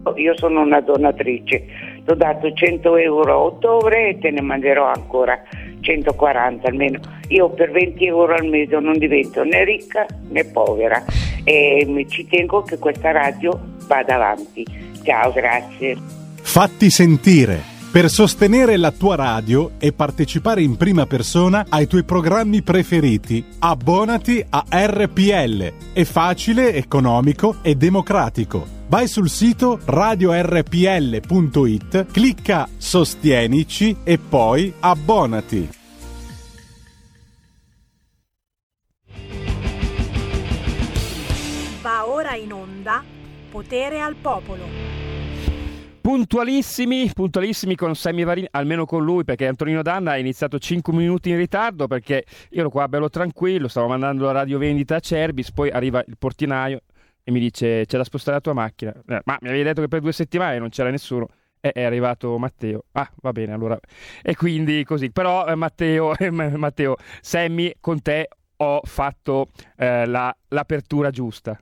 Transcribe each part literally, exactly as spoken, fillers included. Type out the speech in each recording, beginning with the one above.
Io sono una donatrice, ti ho dato cento euro a ottobre e te ne manderò ancora centoquaranta almeno. Io per venti euro al mese non divento né ricca né povera e mi ci tengo che questa radio vada avanti. Ciao, grazie. Fatti sentire. Per sostenere la tua radio e partecipare in prima persona ai tuoi programmi preferiti, abbonati a R P L. È facile, economico e democratico. Vai sul sito radio erre pi elle punto it, clicca Sostienici e poi abbonati. Va ora in onda Potere al Popolo. Puntualissimi, puntualissimi con Sammy Varin, almeno con lui, perché Antonino Danna ha iniziato cinque minuti in ritardo, perché io ero qua bello tranquillo, stavo mandando la radiovendita a Cerbis, poi arriva il portinaio e mi dice c'è da spostare la tua macchina. Eh, ma mi avevi detto che per due settimane non c'era nessuno. E è arrivato Matteo. Ah, va bene, allora. E quindi così. Però eh, Matteo, eh, Matteo, Sammy, con te ho fatto eh, la, l'apertura giusta.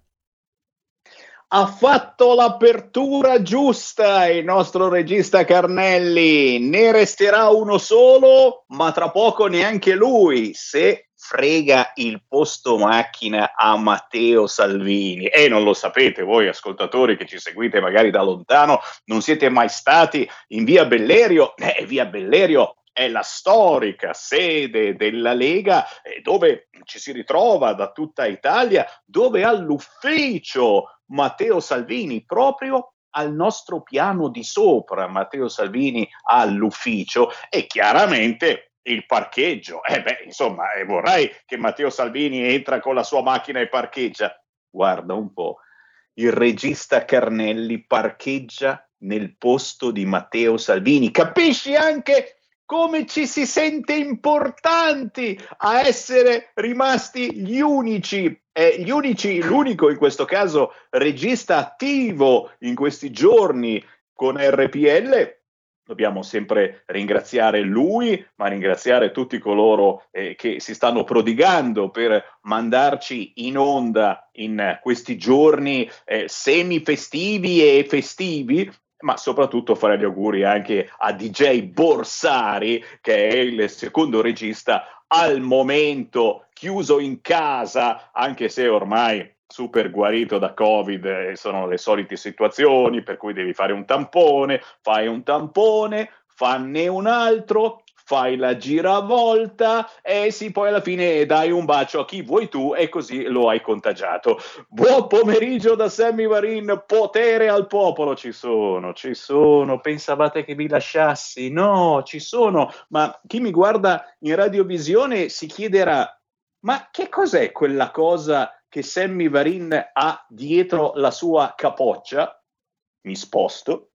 Ha fatto l'apertura giusta il nostro regista Carnelli, ne resterà uno solo, ma tra poco neanche lui, se frega il posto macchina a Matteo Salvini. E non lo sapete voi ascoltatori che ci seguite magari da lontano, non siete mai stati in via Bellerio, eh, via Bellerio è la storica sede della Lega, eh, dove ci si ritrova da tutta Italia, dove all'ufficio Matteo Salvini, proprio al nostro piano di sopra, Matteo Salvini all'ufficio, e chiaramente il parcheggio. Eh beh, insomma, eh, vorrei che Matteo Salvini entra con la sua macchina e parcheggia. Guarda un po', il regista Carnelli parcheggia nel posto di Matteo Salvini. Capisci anche come ci si sente importanti a essere rimasti gli unici, eh, gli unici, l'unico in questo caso regista attivo in questi giorni con R P L. Dobbiamo sempre ringraziare lui, ma ringraziare tutti coloro eh, che si stanno prodigando per mandarci in onda in questi giorni eh, semi-festivi e festivi, ma soprattutto fare gli auguri anche a D J Borsari, che è il secondo regista al momento chiuso in casa, anche se ormai super guarito da Covid, eh, sono le solite situazioni per cui devi fare un tampone, fai un tampone, fanne un altro, fai la giravolta e sì, poi alla fine dai un bacio a chi vuoi tu e così lo hai contagiato. Buon pomeriggio da Sammy Varin, potere al popolo. Ci sono, ci sono, pensavate che vi lasciassi? No, ci sono, ma chi mi guarda in radiovisione si chiederà: ma che cos'è quella cosa che Sammy Varin ha dietro la sua capoccia? Mi sposto,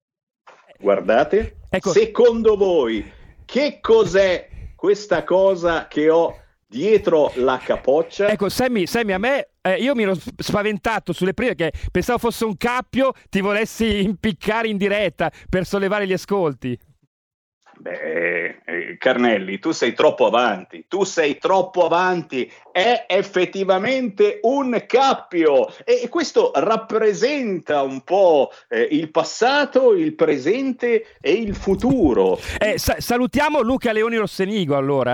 guardate, ecco. Secondo voi che cos'è questa cosa che ho dietro la capoccia? Ecco, Sammy, Sammy a me, eh, io mi ero spaventato sulle prime, che pensavo fosse un cappio, ti volessi impiccare in diretta per sollevare gli ascolti. Beh, eh, Carnelli, tu sei troppo avanti, tu sei troppo avanti, è effettivamente un cappio e questo rappresenta un po' eh, il passato, il presente e il futuro. Eh, sa- salutiamo Luca Leoni Rossenigo allora.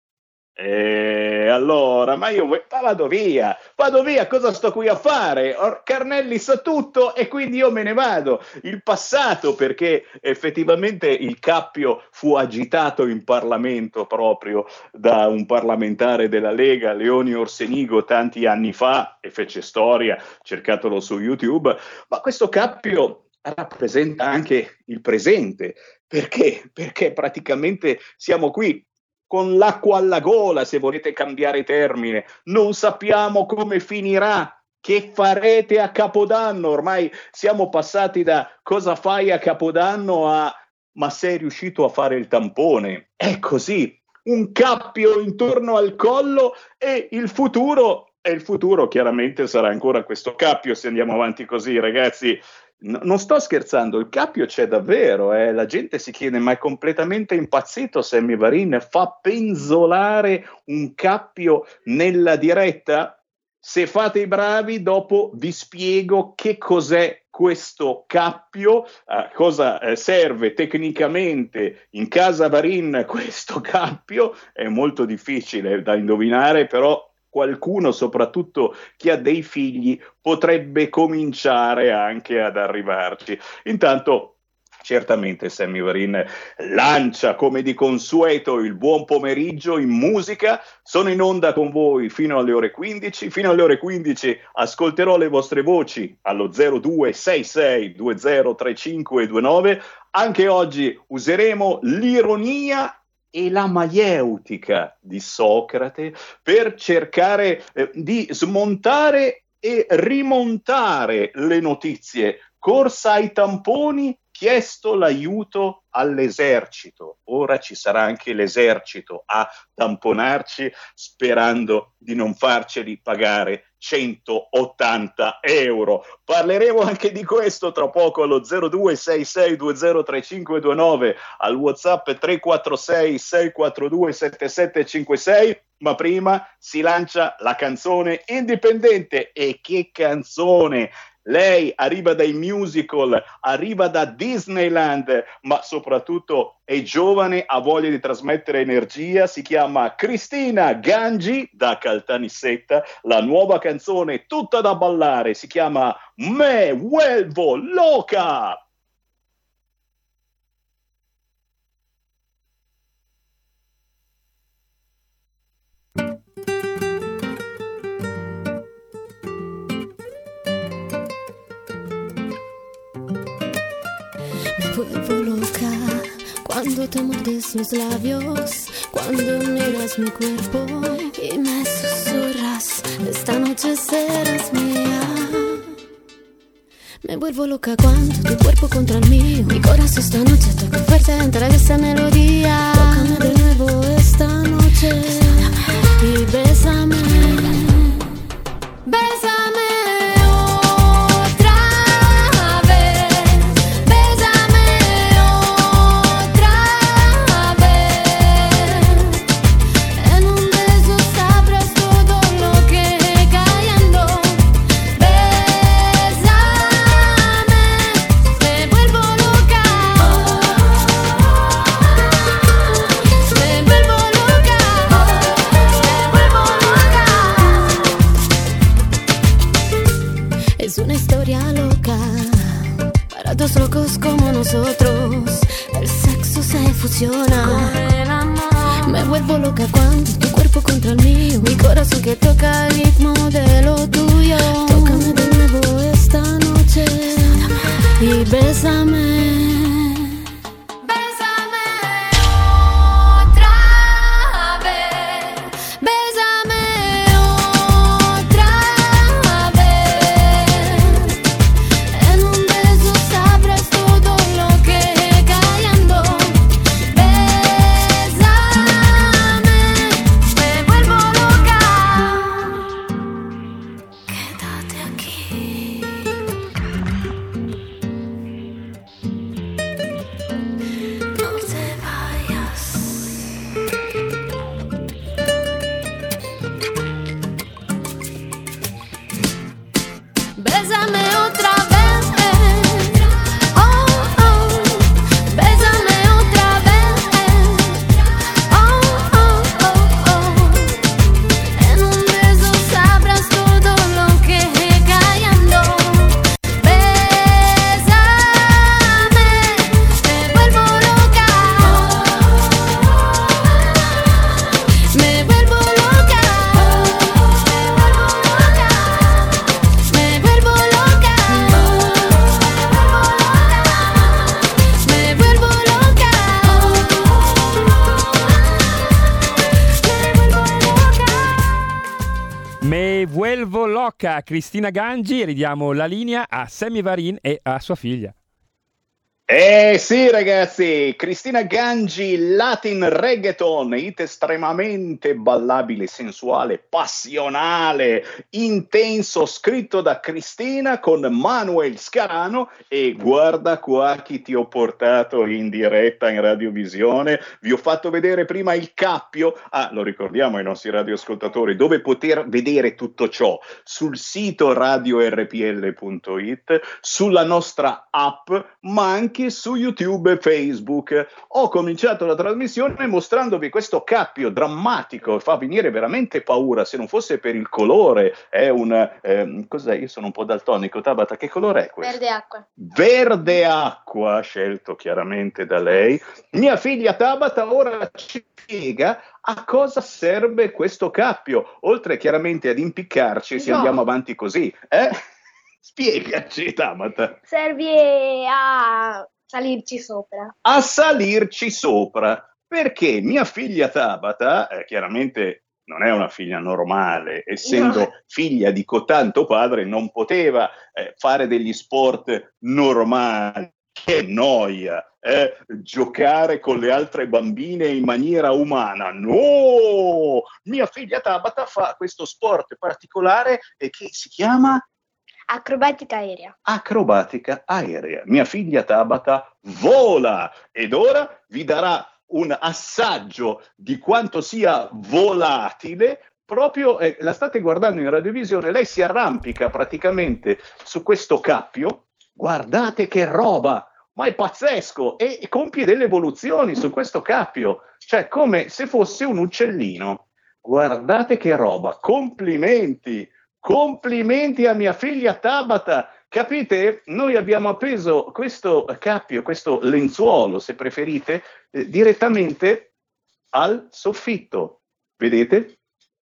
E allora, ma io ma vado via, vado via, cosa sto qui a fare? Or- Carnelli sa tutto e quindi io me ne vado. Il passato, perché effettivamente il cappio fu agitato in Parlamento proprio da un parlamentare della Lega, Leoni Orsenigo, tanti anni fa, e fece storia, cercatelo su YouTube, ma questo cappio rappresenta anche il presente. Perché? Perché praticamente siamo qui con l'acqua alla gola, se volete cambiare termine. Non sappiamo come finirà, che farete a Capodanno. Ormai siamo passati da cosa fai a Capodanno a ma sei riuscito a fare il tampone. È così, un cappio intorno al collo e il futuro, e il futuro chiaramente sarà ancora questo cappio se andiamo avanti così, ragazzi. No, non sto scherzando, il cappio c'è davvero, eh. La gente si chiede: ma è completamente impazzito Sammy Varin? Fa penzolare un cappio nella diretta? Se fate i bravi, dopo vi spiego che cos'è questo cappio, a cosa eh, serve tecnicamente in casa Varin questo cappio, è molto difficile da indovinare, però qualcuno, soprattutto chi ha dei figli, potrebbe cominciare anche ad arrivarci. Intanto certamente Sammy Varin lancia come di consueto il buon pomeriggio in musica. Sono in onda con voi fino alle ore quindici. Fino alle ore quindici ascolterò le vostre voci allo zero due sei sei due zero tre cinque due nove. Anche oggi useremo l'ironia e la maieutica di Socrate per cercare eh, di smontare e rimontare le notizie. Corsa ai tamponi, chiesto l'aiuto all'esercito. Ora ci sarà anche l'esercito a tamponarci, sperando di non farceli pagare centottanta euro. Parleremo anche di questo tra poco allo zero due sei sei due zero tre cinque due nove, al WhatsApp tre quattro sei sei quattro due sette sette cinque sei, ma prima si lancia la canzone indipendente. E che canzone! Lei arriva dai musical, arriva da Disneyland, ma soprattutto è giovane, ha voglia di trasmettere energia. Si chiama Cristina Gangi da Caltanissetta. La nuova canzone tutta da ballare si chiama Me Vuelvo Loca. Vuelvo loca cuando te muerdes los labios, cuando miras mi cuerpo y me susurras, esta noche serás mía. Me vuelvo loca cuando tu cuerpo contra el mío, mi corazón esta noche toca fuerte entre esa melodía. Tócame de nuevo esta noche y bésame, bésame. Dos locos como nosotros, el sexo se fusiona. Me vuelvo loca cuando tu cuerpo contra el mío, mi corazón que toca el ritmo de lo tuyo. Tócame de nuevo esta noche y bésame. Cristina Gangi, e ridiamo la linea a Sammy Varin e a sua figlia. Eh sì ragazzi, Cristina Gangi, Latin Reggaeton, hit estremamente ballabile, sensuale, passionale, intenso, scritto da Cristina con Manuel Scarano. E guarda qua chi ti ho portato in diretta in radiovisione. Vi ho fatto vedere prima il cappio, ah lo ricordiamo ai nostri radioascoltatori, dove poter vedere tutto ciò sul sito radio r p l punto i t, sulla nostra app, ma anche su YouTube e Facebook. Ho cominciato la trasmissione mostrandovi questo cappio drammatico, fa venire veramente paura, se non fosse per il colore. È un eh, cos'è? Io sono un po' daltonico. Tabata, che colore è questo? Verde acqua. Verde acqua, scelto chiaramente da lei. Mia figlia Tabata ora ci spiega a cosa serve questo cappio, oltre chiaramente ad impiccarci se No. andiamo avanti così, eh? Spiegaci, Tabata. Serve a salirci sopra. A salirci sopra, perché mia figlia Tabata, eh, chiaramente non è una figlia normale, essendo No. figlia di cotanto padre, non poteva eh, fare degli sport normali. Che noia, eh? Giocare con le altre bambine in maniera umana. No! Mia figlia Tabata fa questo sport particolare eh, che si chiama Acrobatica aerea. acrobatica aerea. Mia figlia Tabata vola ed ora vi darà un assaggio di quanto sia volatile. Proprio, eh, la state guardando in radiovisione, lei si arrampica praticamente su questo cappio. Guardate che roba, ma è pazzesco, e, e compie delle evoluzioni su questo cappio, cioè come se fosse un uccellino. Guardate che roba, complimenti! Complimenti a mia figlia Tabata, capite? Noi abbiamo appeso questo cappio, questo lenzuolo, se preferite, eh, direttamente al soffitto, vedete?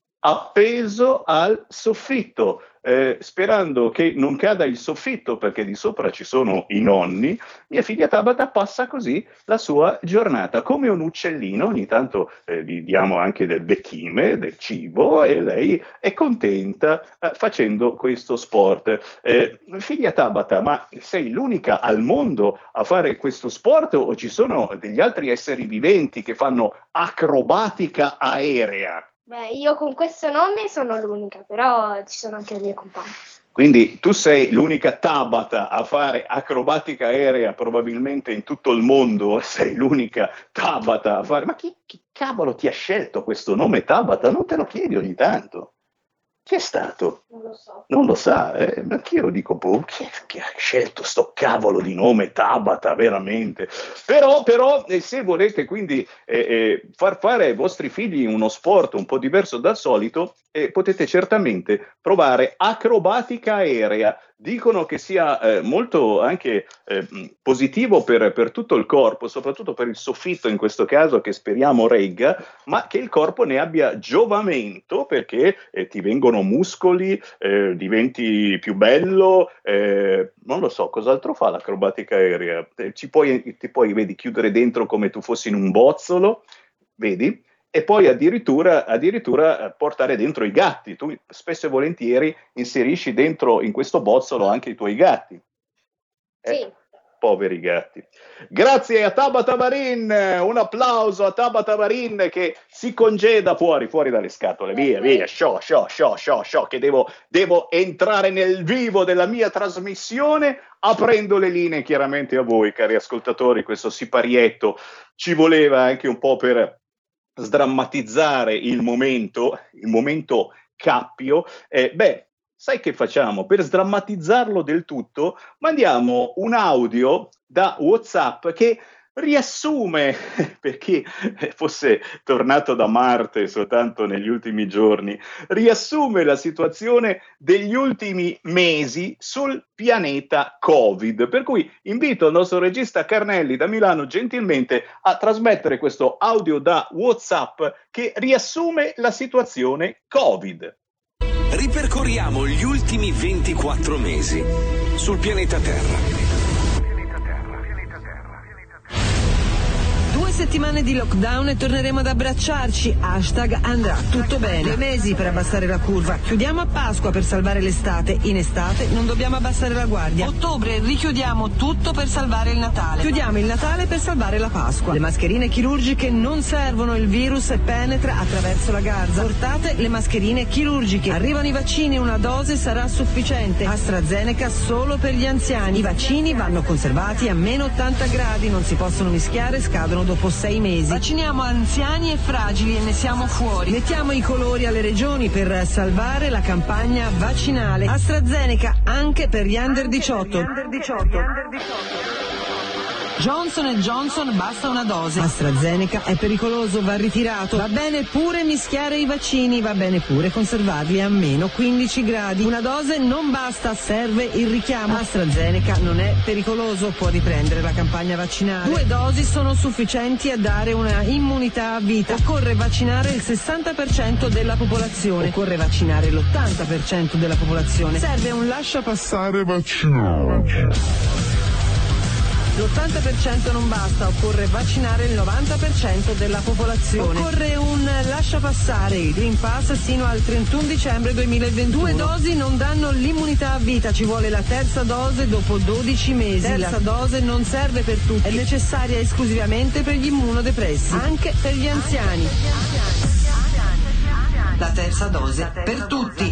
Appeso al soffitto, eh, sperando che non cada il soffitto perché di sopra ci sono i nonni. Mia figlia Tabata passa così la sua giornata come un uccellino. Ogni tanto eh, gli diamo anche del becchime, del cibo, e lei è contenta eh, facendo questo sport. Eh, figlia Tabata, ma sei l'unica al mondo a fare questo sport o ci sono degli altri esseri viventi che fanno acrobatica aerea? Beh, io con questo nome sono l'unica, però ci sono anche le mie compagne. Quindi tu sei l'unica Tabata a fare acrobatica aerea probabilmente in tutto il mondo, sei l'unica Tabata a fare... Ma chi, chi cavolo ti ha scelto questo nome Tabata? Non te lo chiedi ogni tanto? Chi è stato? Non lo so. Non lo sa, eh? Ma anch'io lo dico, boh, chi, è, chi ha scelto sto cavolo di nome Tabata, veramente? Però, però eh, se volete quindi eh, eh, far fare ai vostri figli uno sport un po' diverso dal solito, eh, potete certamente provare acrobatica aerea. Dicono che sia eh, molto anche eh, positivo per, per tutto il corpo, soprattutto per il soffitto in questo caso, che speriamo regga, ma che il corpo ne abbia giovamento perché eh, ti vengono muscoli, eh, diventi più bello, eh, non lo so, cos'altro fa l'acrobatica aerea? Eh, ci puoi, ti puoi, vedi, chiudere dentro come tu fossi in un bozzolo, vedi? E poi addirittura, addirittura portare dentro i gatti. Tu spesso e volentieri inserisci dentro in questo bozzolo anche i tuoi gatti. Eh, Sì. Poveri gatti. Grazie a Tabata Marin, un applauso a Tabata Marin che si congeda fuori, fuori dalle scatole, via, via, sciò, sciò, sciò, sciò, sciò, che devo, devo entrare nel vivo della mia trasmissione, aprendo le linee chiaramente a voi, cari ascoltatori. Questo siparietto ci voleva anche un po' per sdrammatizzare il momento, il momento cappio. Eh, beh, sai che facciamo? Per sdrammatizzarlo del tutto, mandiamo un audio da WhatsApp che riassume, per chi fosse tornato da Marte soltanto negli ultimi giorni, riassume la situazione degli ultimi mesi sul pianeta Covid. Per cui invito il nostro regista Carnelli da Milano gentilmente a trasmettere questo audio da WhatsApp che riassume la situazione Covid. Ripercorriamo gli ultimi ventiquattro mesi sul pianeta Terra. settimane di lockdown e torneremo ad abbracciarci. Hashtag andrà tutto bene. Due mesi per abbassare la curva. Chiudiamo a Pasqua per salvare l'estate. In estate non dobbiamo abbassare la guardia. Ottobre richiudiamo tutto per salvare il Natale. Chiudiamo il Natale per salvare la Pasqua. Le mascherine chirurgiche non servono, il virus penetra attraverso la garza. Portate le mascherine chirurgiche. Arrivano i vaccini, una dose sarà sufficiente. AstraZeneca solo per gli anziani. I vaccini vanno conservati a meno ottanta gradi, non si possono mischiare, scadono dopo sei mesi. Vacciniamo anziani e fragili e ne siamo fuori. Mettiamo i colori alle regioni per salvare la campagna vaccinale. AstraZeneca anche per gli under diciotto. Johnson and Johnson basta una dose. AstraZeneca è pericoloso, va ritirato. Va bene pure mischiare i vaccini, va bene pure conservarli a meno quindici gradi. Una dose non basta, serve il richiamo. AstraZeneca non è pericoloso, può riprendere la campagna vaccinale. Due dosi sono sufficienti a dare una immunità a vita. Occorre vaccinare il sessanta per cento della popolazione. Occorre vaccinare l'ottanta per cento della popolazione. Serve un lascia passare vaccinale. L'ottanta per cento non basta, occorre vaccinare il novanta per cento della popolazione. Occorre un lascia passare, il Green Pass sino al trentuno dicembre duemilaventuno. Due dosi non danno l'immunità a vita, ci vuole la terza dose dopo dodici mesi. La terza dose non serve per tutti, è necessaria esclusivamente per gli immunodepressi, anche per gli anziani. La terza dose per tutti.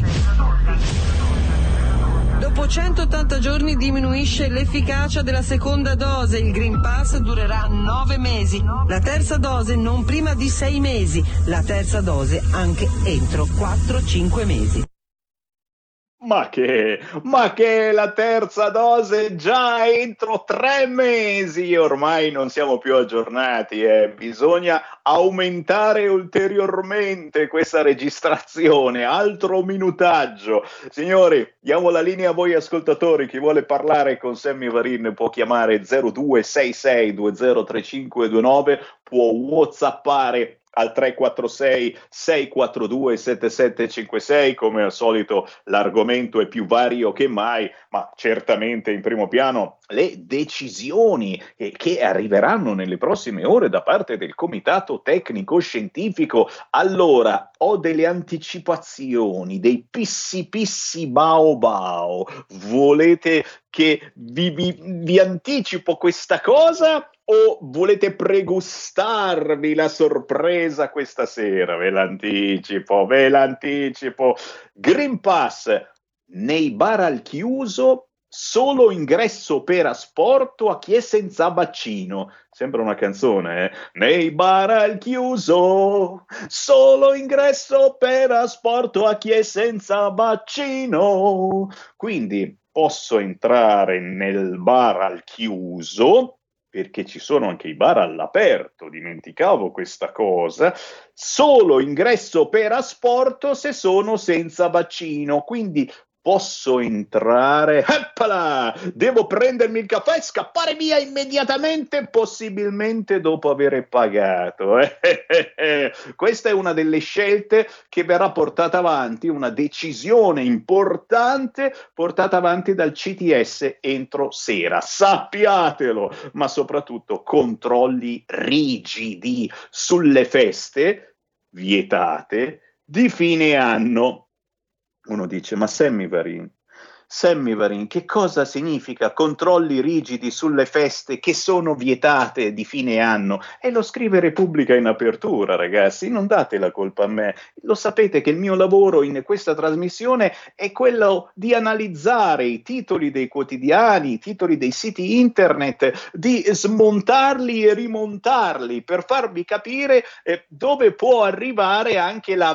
Dopo centottanta giorni diminuisce l'efficacia della seconda dose, il Green Pass durerà nove mesi, la terza dose non prima di sei mesi, la terza dose anche entro quattro cinque mesi. Ma che, ma che la terza dose già entro tre mesi, ormai non siamo più aggiornati, eh. Bisogna aumentare ulteriormente questa registrazione, altro minutaggio. Signori, diamo la linea a voi ascoltatori, chi vuole parlare con Sammy Varin può chiamare zero due sei sei due zero tre cinque due nove, può whatsappare al tre quattro sei sei quattro due sette sette cinque sei, come al solito l'argomento è più vario che mai, ma certamente in primo piano le decisioni che, che arriveranno nelle prossime ore da parte del Comitato Tecnico Scientifico. Allora, ho delle anticipazioni, dei pissi pissi bao bao, volete che vi, vi, vi anticipo questa cosa? O volete pregustarvi la sorpresa questa sera? Ve l'anticipo, ve l'anticipo. Green Pass nei bar al chiuso, solo ingresso per asporto a chi è senza vaccino. Sembra una canzone, eh? Nei bar al chiuso, solo ingresso per asporto a chi è senza vaccino. Quindi posso entrare nel bar al chiuso, perché ci sono anche i bar all'aperto, dimenticavo questa cosa, solo ingresso per asporto se sono senza vaccino, quindi posso entrare, eppala, devo prendermi il caffè e scappare via immediatamente, possibilmente dopo aver pagato. Eh, eh, eh. Questa è una delle scelte che verrà portata avanti, una decisione importante portata avanti dal C T S entro sera, sappiatelo, ma soprattutto controlli rigidi sulle feste vietate di fine anno. Uno dice, ma Sammy Varin, Sammy Varin, che cosa significa controlli rigidi sulle feste che sono vietate di fine anno? E lo scrive Repubblica in apertura, ragazzi, non date la colpa a me. Lo sapete che il mio lavoro in questa trasmissione è quello di analizzare i titoli dei quotidiani, i titoli dei siti internet, di smontarli e rimontarli per farvi capire eh, dove può arrivare anche la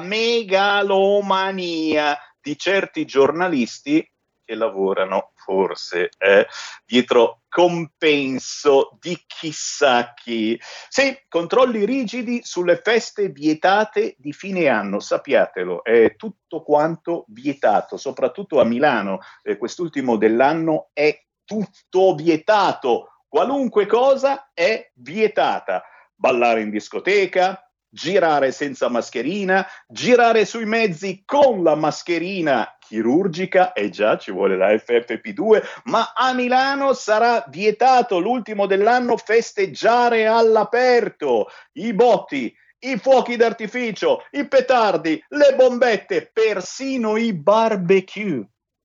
megalomania di certi giornalisti che lavorano forse eh, dietro compenso di chissà chi. Sì, controlli rigidi sulle feste vietate di fine anno, sappiatelo, è tutto quanto vietato, soprattutto a Milano, eh, quest'ultimo dell'anno è tutto vietato, qualunque cosa è vietata, ballare in discoteca, girare senza mascherina, girare sui mezzi con la mascherina chirurgica, e già ci vuole la F F P due, ma a Milano sarà vietato l'ultimo dell'anno festeggiare all'aperto. I botti, i fuochi d'artificio, i petardi, le bombette, persino i barbecue.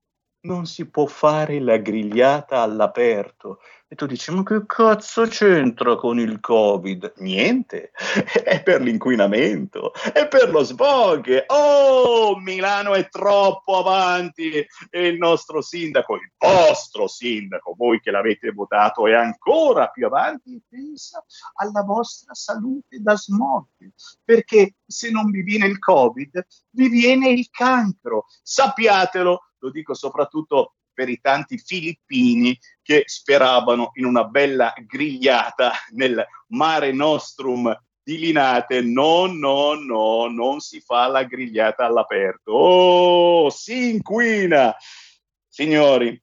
Non si può fare la grigliata all'aperto. E tu dici, ma che cazzo c'entra con il Covid? Niente, è per l'inquinamento, è per lo smog. Oh, Milano è troppo avanti e il nostro sindaco, il vostro sindaco, voi che l'avete votato, è ancora più avanti e pensa alla vostra salute da smog, perché se non vi viene il Covid, vi viene il cancro. Sappiatelo, lo dico soprattutto per i tanti filippini che speravano in una bella grigliata nel Mare Nostrum di Linate. No, no, no, non si fa la grigliata all'aperto. Oh, si inquina! Signori,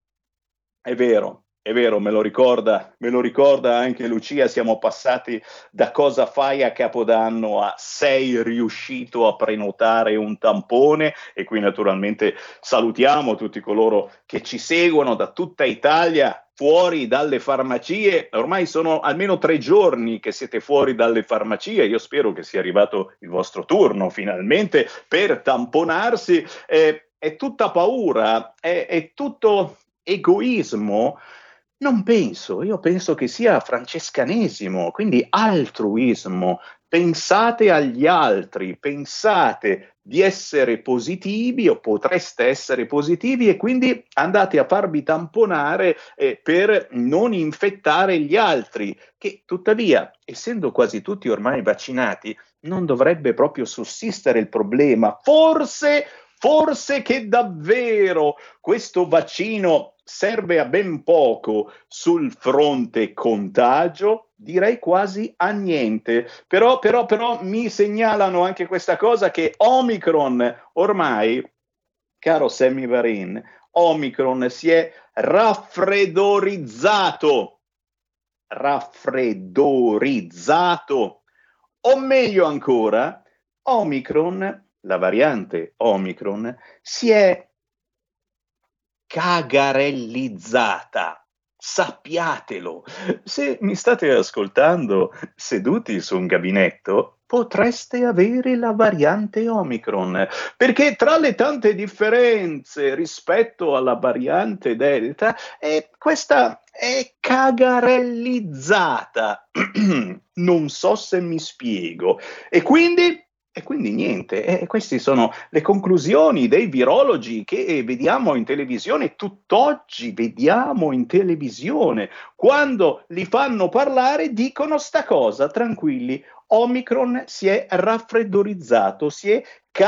è vero, è vero, me lo ricorda, me lo ricorda anche Lucia, siamo passati da cosa fai a Capodanno a sei riuscito a prenotare un tampone, e qui naturalmente salutiamo tutti coloro che ci seguono da tutta Italia, fuori dalle farmacie. Ormai sono almeno tre giorni che siete fuori dalle farmacie, io spero che sia arrivato il vostro turno finalmente per tamponarsi. Eh, è tutta paura, è, è tutto egoismo. Non penso, io penso che sia francescanesimo, quindi altruismo. Pensate agli altri, pensate di essere positivi o potreste essere positivi e quindi andate a farvi tamponare eh, per non infettare gli altri, che tuttavia, essendo quasi tutti ormai vaccinati, non dovrebbe proprio sussistere il problema. Forse, forse che davvero questo vaccino serve a ben poco sul fronte contagio, direi quasi a niente. Però, però, però mi segnalano anche questa cosa, che Omicron ormai, caro Sammy Varin, Omicron si è raffreddorizzato, raffreddorizzato, o meglio ancora, Omicron, la variante Omicron, si è cagarellizzata. Sappiatelo. Se mi state ascoltando seduti su un gabinetto, potreste avere la variante Omicron, perché tra le tante differenze rispetto alla variante Delta, eh, questa è cagarellizzata. Non so se mi spiego. E quindi E quindi niente, e queste sono le conclusioni dei virologi che vediamo in televisione, tutt'oggi vediamo in televisione. Quando li fanno parlare dicono sta cosa, tranquilli, Omicron si è raffreddorizzato, si è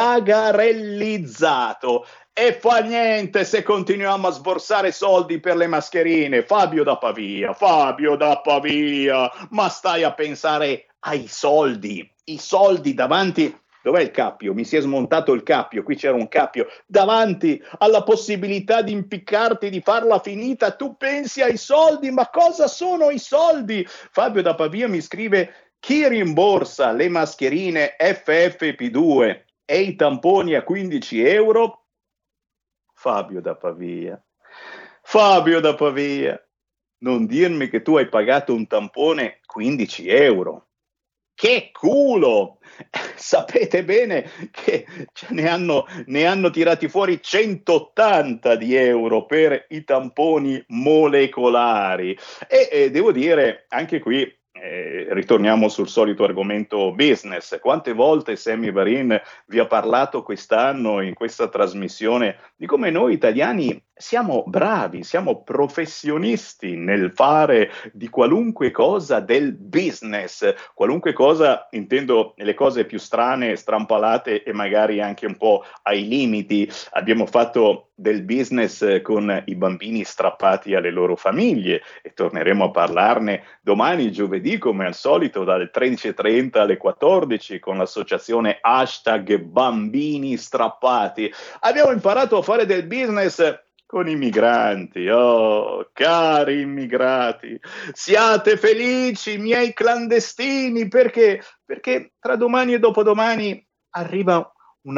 cagarellizzato. E fa niente se continuiamo a sborsare soldi per le mascherine. Fabio da Pavia, Fabio da Pavia, ma stai a pensare ai soldi, i soldi davanti. Dov'è il cappio? Mi si è smontato il cappio, qui c'era un cappio. Davanti alla possibilità di impiccarti, di farla finita, tu pensi ai soldi, ma cosa sono i soldi? Fabio da Pavia mi scrive: chi rimborsa le mascherine F F P due e i tamponi a quindici euro? Fabio da Pavia, Fabio da Pavia, non dirmi che tu hai pagato un tampone quindici euro. Che culo! Sapete bene che ne hanno, ne hanno tirati fuori centottanta di euro per i tamponi molecolari. E, e devo dire, anche qui, eh, ritorniamo sul solito argomento business. Quante volte Sammy Varin vi ha parlato quest'anno in questa trasmissione di come noi italiani siamo bravi, siamo professionisti nel fare di qualunque cosa del business, qualunque cosa, intendo le cose più strane, strampalate e magari anche un po' ai limiti. Abbiamo fatto del business con i bambini strappati alle loro famiglie e torneremo a parlarne domani giovedì come al solito dalle tredici e trenta alle quattordici con l'associazione hashtag bambini strappati. Abbiamo imparato a fare del business con i migranti. Oh, cari immigrati, siate felici, miei clandestini, perché? Perché tra domani e dopodomani arriva una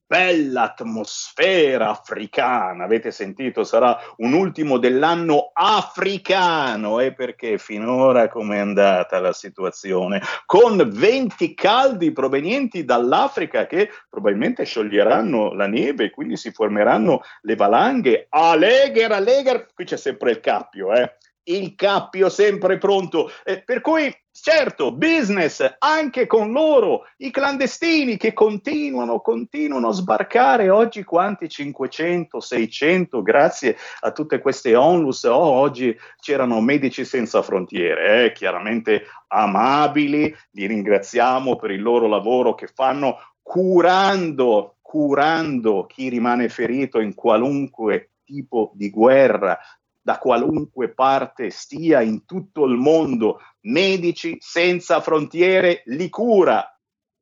bella atmosfera africana, avete sentito? Sarà un ultimo dell'anno africano, e perché finora com'è andata la situazione? Con venti caldi provenienti dall'Africa che probabilmente scioglieranno la neve e quindi si formeranno le valanghe. Alegher, Alegher, qui c'è sempre il cappio, eh? Il cappio sempre pronto, eh, per cui certo, business anche con loro, i clandestini che continuano, continuano a sbarcare. Oggi quanti? cinquecento, seicento, grazie a tutte queste onlus. Oh, oggi c'erano Medici Senza Frontiere, eh, chiaramente amabili, li ringraziamo per il loro lavoro che fanno curando, curando chi rimane ferito in qualunque tipo di guerra, da qualunque parte stia in tutto il mondo. Medici Senza Frontiere li cura,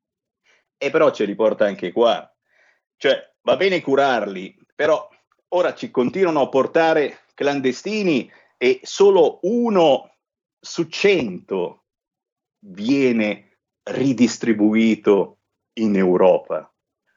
e però ce li porta anche qua. Cioè, va bene curarli, però ora ci continuano a portare clandestini e solo uno su cento viene ridistribuito in Europa.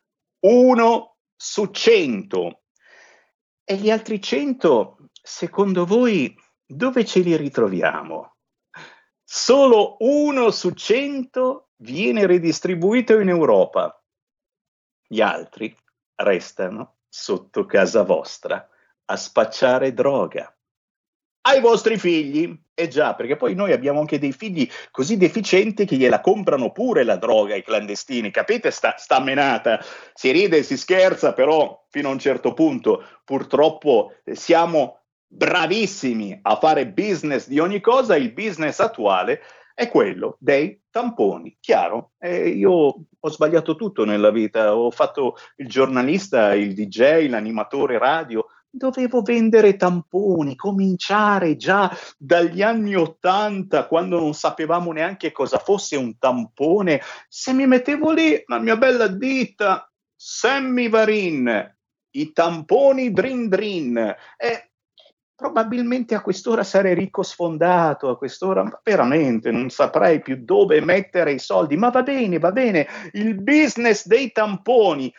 Uno su cento. E gli altri cento, secondo voi, dove ce li ritroviamo? Solo uno su cento viene ridistribuito in Europa. Gli altri restano sotto casa vostra a spacciare droga. Ai vostri figli, eh già, perché poi noi abbiamo anche dei figli così deficienti che gliela comprano pure la droga ai clandestini, capite sta, sta menata? Si ride e si scherza, però fino a un certo punto purtroppo eh, siamo bravissimi a fare business di ogni cosa. Il business attuale è quello dei tamponi, chiaro? Eh, io ho sbagliato tutto nella vita, ho fatto il giornalista, il D J, l'animatore radio. Dovevo vendere tamponi, cominciare già dagli anni ottanta, quando non sapevamo neanche cosa fosse un tampone. Se mi mettevo lì la mia bella ditta Sammy Varin, i tamponi Drin Drin, eh, probabilmente a quest'ora sarei ricco sfondato, a quest'ora veramente non saprei più dove mettere i soldi, ma va bene, va bene, il business dei tamponi,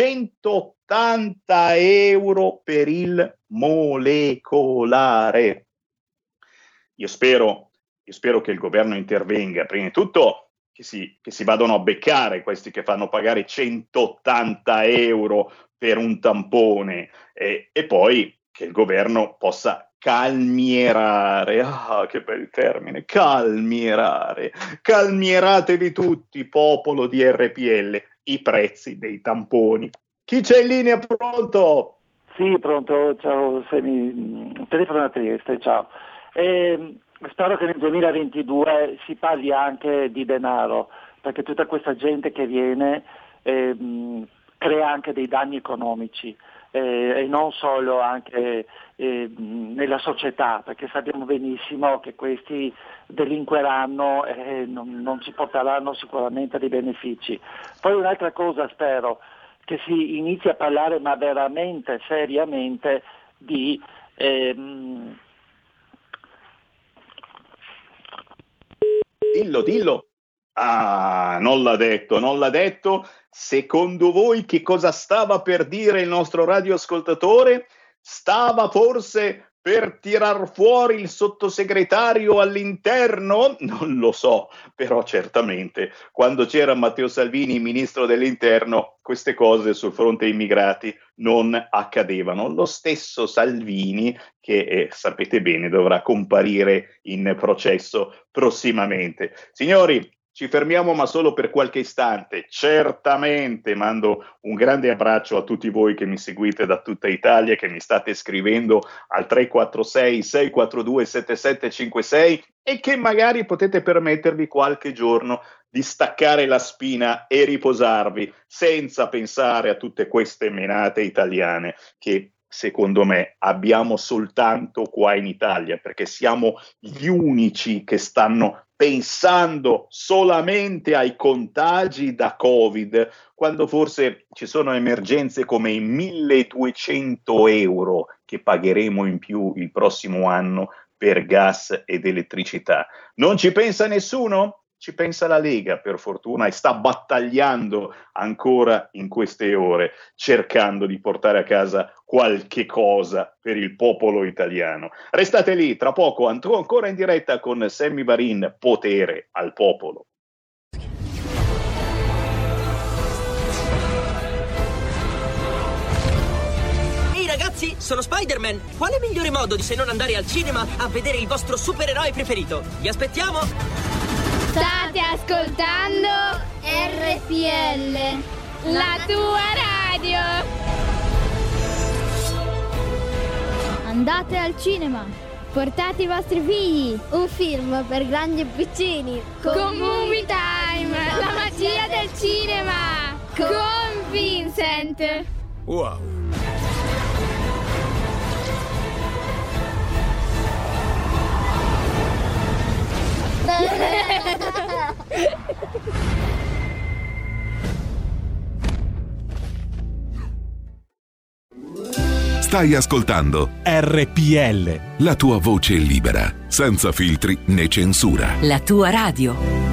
centottanta euro per il molecolare. Io spero, io spero che il governo intervenga, prima di tutto che si, che si vadano a beccare questi che fanno pagare centottanta euro per un tampone, e, e poi che il governo possa calmierare, ah che bel termine, calmierare, calmieratevi tutti, popolo di R P L, i prezzi dei tamponi. Chi c'è in linea? Pronto? Sì, pronto, ciao, Semi, telefono da Trieste, ciao. Eh, spero che nel duemilaventidue si parli anche di denaro, perché tutta questa gente che viene eh, crea anche dei danni economici. Eh, e non solo, anche eh, nella società, perché sappiamo benissimo che questi delinqueranno e eh, non, non ci porteranno sicuramente dei benefici. Poi un'altra cosa, spero che si inizi a parlare, ma veramente seriamente, di ehm... dillo, dillo. Ah, non l'ha detto, non l'ha detto. Secondo voi che cosa stava per dire il nostro radioascoltatore? Stava forse per tirar fuori il sottosegretario all'interno? Non lo so, però certamente quando c'era Matteo Salvini, ministro dell'interno, queste cose sul fronte immigrati non accadevano. Lo stesso Salvini che, eh, sapete bene, dovrà comparire in processo prossimamente. Signori, ci fermiamo ma solo per qualche istante. Certamente mando un grande abbraccio a tutti voi che mi seguite da tutta Italia, che mi state scrivendo al tre quattro sei sei quattro due sette sette cinque sei e che magari potete permettervi qualche giorno di staccare la spina e riposarvi senza pensare a tutte queste menate italiane che secondo me abbiamo soltanto qua in Italia, perché siamo gli unici che stanno pensando solamente ai contagi da Covid, quando forse ci sono emergenze come i milleduecento euro che pagheremo in più il prossimo anno per gas ed elettricità. Non ci pensa nessuno? Ci pensa la Lega, per fortuna, e sta battagliando ancora in queste ore, cercando di portare a casa qualche cosa per il popolo italiano. Restate lì, tra poco ancora in diretta con Sammy Varin, Potere al popolo. Ehi ragazzi, sono Spider-Man. Quale migliore modo di se non andare al cinema a vedere il vostro supereroe preferito? Vi aspettiamo! State ascoltando R P L, la tua radio. Andate al cinema, portate i vostri figli. Un film per grandi e piccini. Con Movie Time, la magia del cinema. Con Vincent. Wow. Stai ascoltando R P L, la tua voce libera, senza filtri né censura. La tua radio.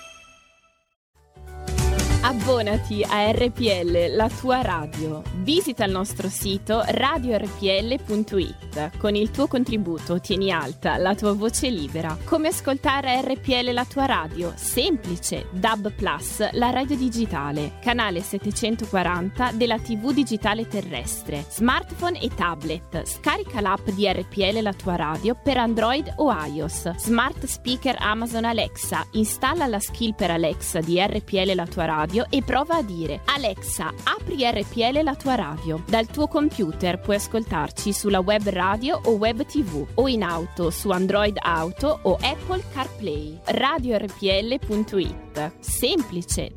Abbonati a R P L, la tua radio. Visita il nostro sito radio r p l punto i t. Con il tuo contributo tieni alta la tua voce libera. Come ascoltare R P L, la tua radio? Semplice. D A B Plus, la radio digitale. Canale settecentoquaranta della tivù digitale terrestre. Smartphone e tablet. Scarica l'app di R P L, la tua radio per Android o iOS. Smart speaker Amazon Alexa. Installa la skill per Alexa di R P L, la tua radio e prova a dire: Alexa, apri R P L, la tua radio. Dal tuo computer puoi ascoltarci sulla web radio o web tv o in auto su Android Auto o Apple CarPlay. radio r p l punto i t. Semplice.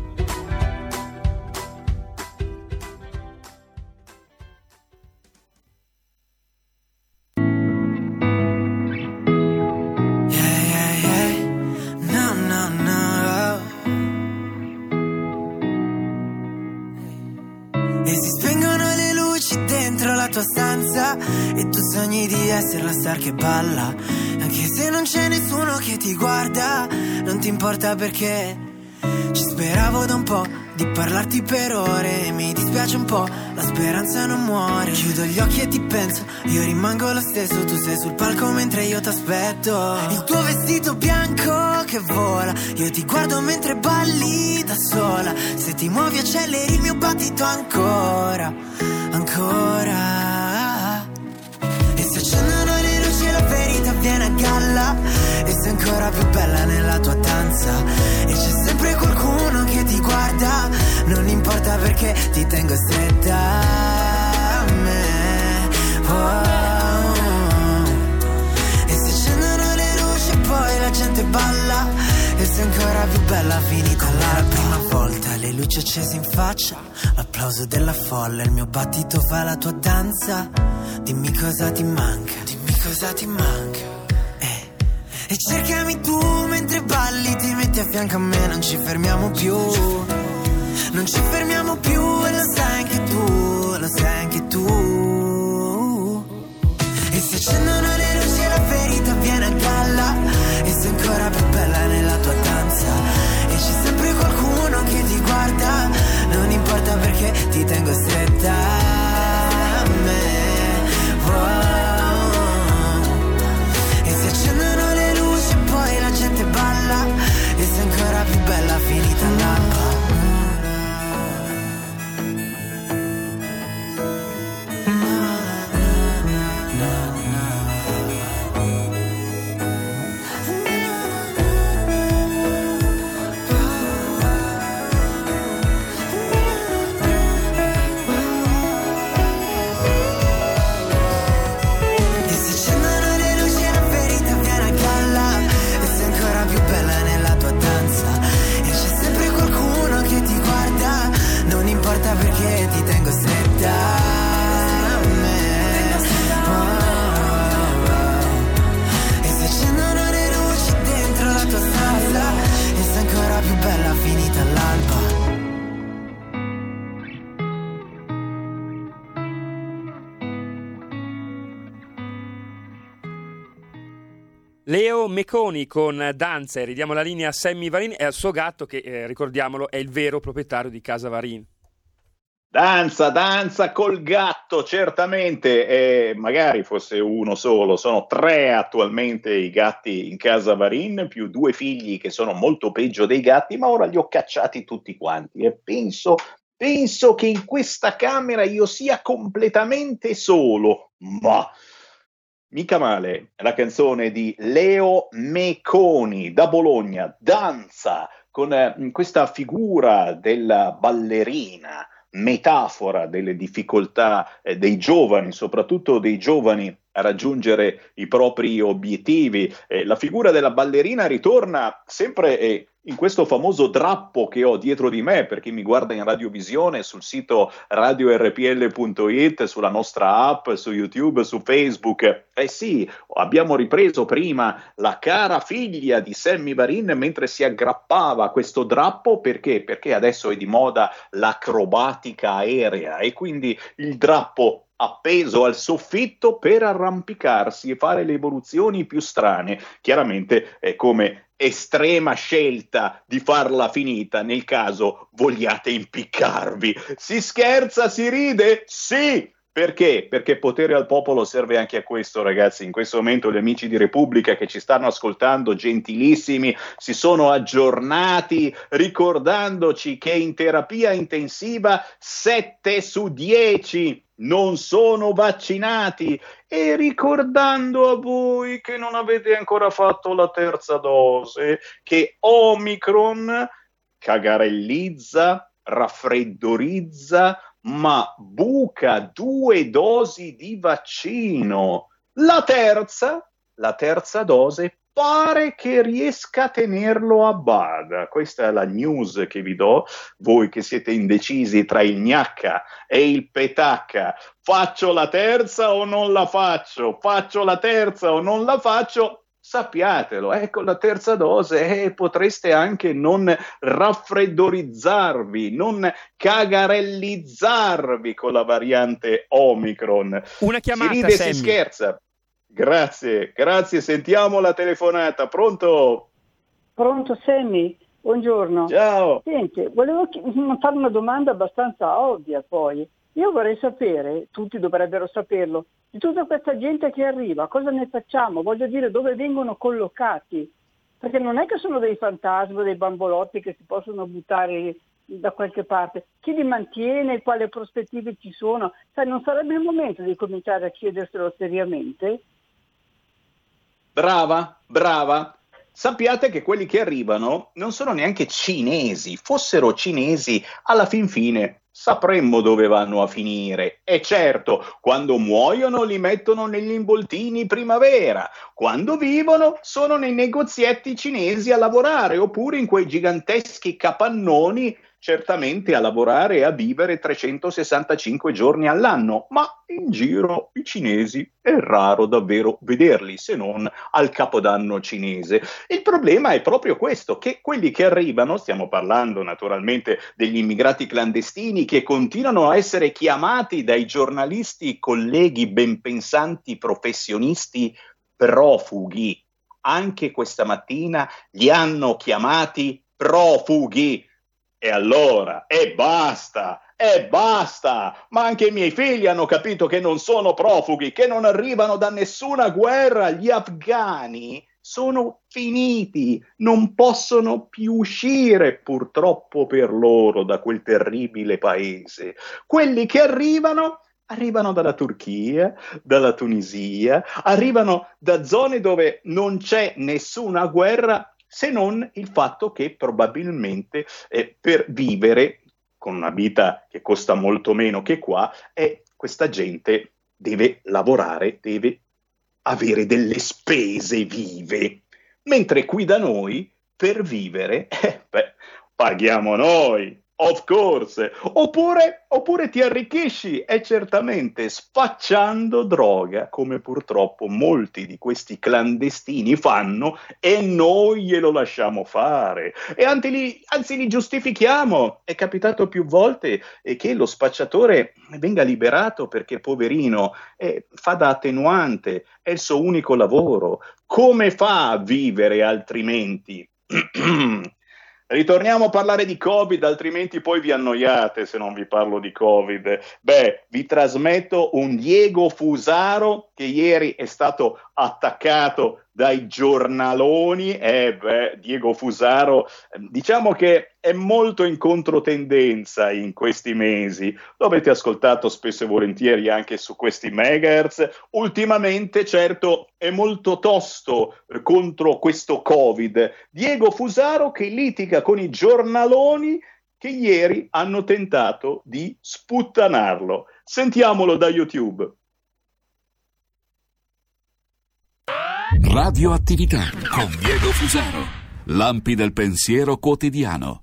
Tua stanza e tu sogni di essere la star che balla, anche se non c'è nessuno che ti guarda, non ti importa perché ci speravo da un po' di parlarti per ore, mi dispiace un po', la speranza non muore. Chiudo gli occhi e ti penso, io rimango lo stesso, tu sei sul palco mentre io t'aspetto. Il tuo vestito bianco che vola, io ti guardo mentre balli da sola, se ti muovi acceleri il mio battito ancora, ancora. E se accendono le luci e la verità viene a galla, e sei ancora più bella nella tua danza, e c'è sempre qualcuno che ti guarda, non importa perché ti tengo stretta a me. Oh. E se accendono le luci e poi la gente balla, e sei ancora più bella finita la prima volta, le luci accese in faccia, l'applauso della folla, il mio battito fa la tua danza. Dimmi cosa ti manca, dimmi cosa ti manca. Eh. E cercami tu mentre balli, ti metti a fianco a me, non ci fermiamo più, non ci fermiamo più, e lo sai anche tu, lo sai anche tu. E se accendono le luci e la verità viene a galla, e sei ancora più bella nella tua danza, e c'è sempre qualcuno che ti guarda, non importa perché ti tengo stretta a me. Oh. E se accendono le luci e poi la gente balla, e sei ancora più bella finita l'alba. Leo Meconi con Danza, e ridiamo la linea a Sammy Varin e al suo gatto che, eh, ricordiamolo, è il vero proprietario di Casa Varin. Danza, danza col gatto, certamente, e magari fosse uno solo, sono tre attualmente i gatti in Casa Varin, più due figli che sono molto peggio dei gatti, ma ora li ho cacciati tutti quanti e penso, penso che in questa camera io sia completamente solo, ma mica male. La canzone di Leo Meconi da Bologna, Danza, con eh, questa figura della ballerina, metafora delle difficoltà eh, dei giovani, soprattutto dei giovani a raggiungere i propri obiettivi. Eh, la figura della ballerina ritorna sempre eh, in questo famoso drappo che ho dietro di me, per chi mi guarda in radiovisione, sul sito radio erre pi elle punto it, sulla nostra app, su YouTube, su Facebook. Eh sì, abbiamo ripreso prima la cara figlia di Sammy Varin mentre si aggrappava a questo drappo, perché? Perché adesso è di moda l'acrobatica aerea e quindi il drappo appeso al soffitto per arrampicarsi e fare le evoluzioni più strane, chiaramente è come estrema scelta di farla finita nel caso vogliate impiccarvi. Si scherza, si ride? Sì! Perché? Perché potere al popolo serve anche a questo, ragazzi. In questo momento gli amici di Repubblica che ci stanno ascoltando, gentilissimi, si sono aggiornati ricordandoci che in terapia intensiva sette su dieci non sono vaccinati e ricordando a voi che non avete ancora fatto la terza dose che Omicron cagarellizza, raffreddorizza, ma buca due dosi di vaccino. La terza, la terza dose pare che riesca a tenerlo a bada. Questa è la news che vi do, voi che siete indecisi tra il gnacca e il petacca. Faccio la terza o non la faccio? Faccio la terza o non la faccio? Sappiatelo, ecco la terza dose, eh, potreste anche non raffreddorizzarvi, non cagarellizzarvi con la variante Omicron. Una chiamata, si ride e Sammy. si scherza. Grazie, grazie, sentiamo la telefonata. Pronto? Pronto Sammy? Buongiorno. Ciao. Senti, volevo chi- fare una domanda abbastanza ovvia poi. Io vorrei sapere, tutti dovrebbero saperlo, di tutta questa gente che arriva, cosa ne facciamo? Voglio dire, dove vengono collocati? Perché non è che sono dei fantasmi, dei bambolotti che si possono buttare da qualche parte. Chi li mantiene? Quali prospettive ci sono? Sai, non sarebbe il momento di cominciare a chiederselo seriamente? Brava, brava. Sappiate che quelli che arrivano non sono neanche cinesi. Fossero cinesi, alla fin fine sapremmo dove vanno a finire. E certo, quando muoiono li mettono negli involtini primavera, quando vivono sono nei negozietti cinesi a lavorare, oppure in quei giganteschi capannoni, certamente a lavorare e a vivere trecentosessantacinque giorni all'anno, ma in giro i cinesi è raro davvero vederli, se non al Capodanno cinese. Il problema è proprio questo, che quelli che arrivano, stiamo parlando naturalmente degli immigrati clandestini che continuano a essere chiamati dai giornalisti, colleghi benpensanti, professionisti, profughi. Anche questa mattina li hanno chiamati profughi. E allora, e basta, e basta, ma anche i miei figli hanno capito che non sono profughi, che non arrivano da nessuna guerra, gli afghani sono finiti, non possono più uscire purtroppo per loro da quel terribile paese. Quelli che arrivano, arrivano dalla Turchia, dalla Tunisia, arrivano da zone dove non c'è nessuna guerra, se non il fatto che probabilmente eh, per vivere con una vita che costa molto meno che qua, eh, questa gente deve lavorare, deve avere delle spese vive, mentre qui da noi per vivere eh, beh, paghiamo noi, of course. Oppure, oppure ti arricchisci, e certamente spacciando droga, come purtroppo molti di questi clandestini fanno, e noi glielo lasciamo fare. E anzi li, anzi li giustifichiamo. È capitato più volte eh, che lo spacciatore venga liberato perché, poverino, eh, fa da attenuante, è il suo unico lavoro. Come fa a vivere altrimenti? Ritorniamo a parlare di Covid, altrimenti poi vi annoiate se non vi parlo di Covid. Beh, vi trasmetto un Diego Fusaro che ieri è stato attaccato dai giornaloni. Eh beh, Diego Fusaro, diciamo che è molto in controtendenza in questi mesi. Lo avete ascoltato spesso e volentieri anche su questi megahertz. Ultimamente, certo, è molto tosto contro questo Covid. Diego Fusaro che litiga con i giornaloni che ieri hanno tentato di sputtanarlo. Sentiamolo da YouTube. Radioattività con Diego Fusaro. Lampi del pensiero quotidiano.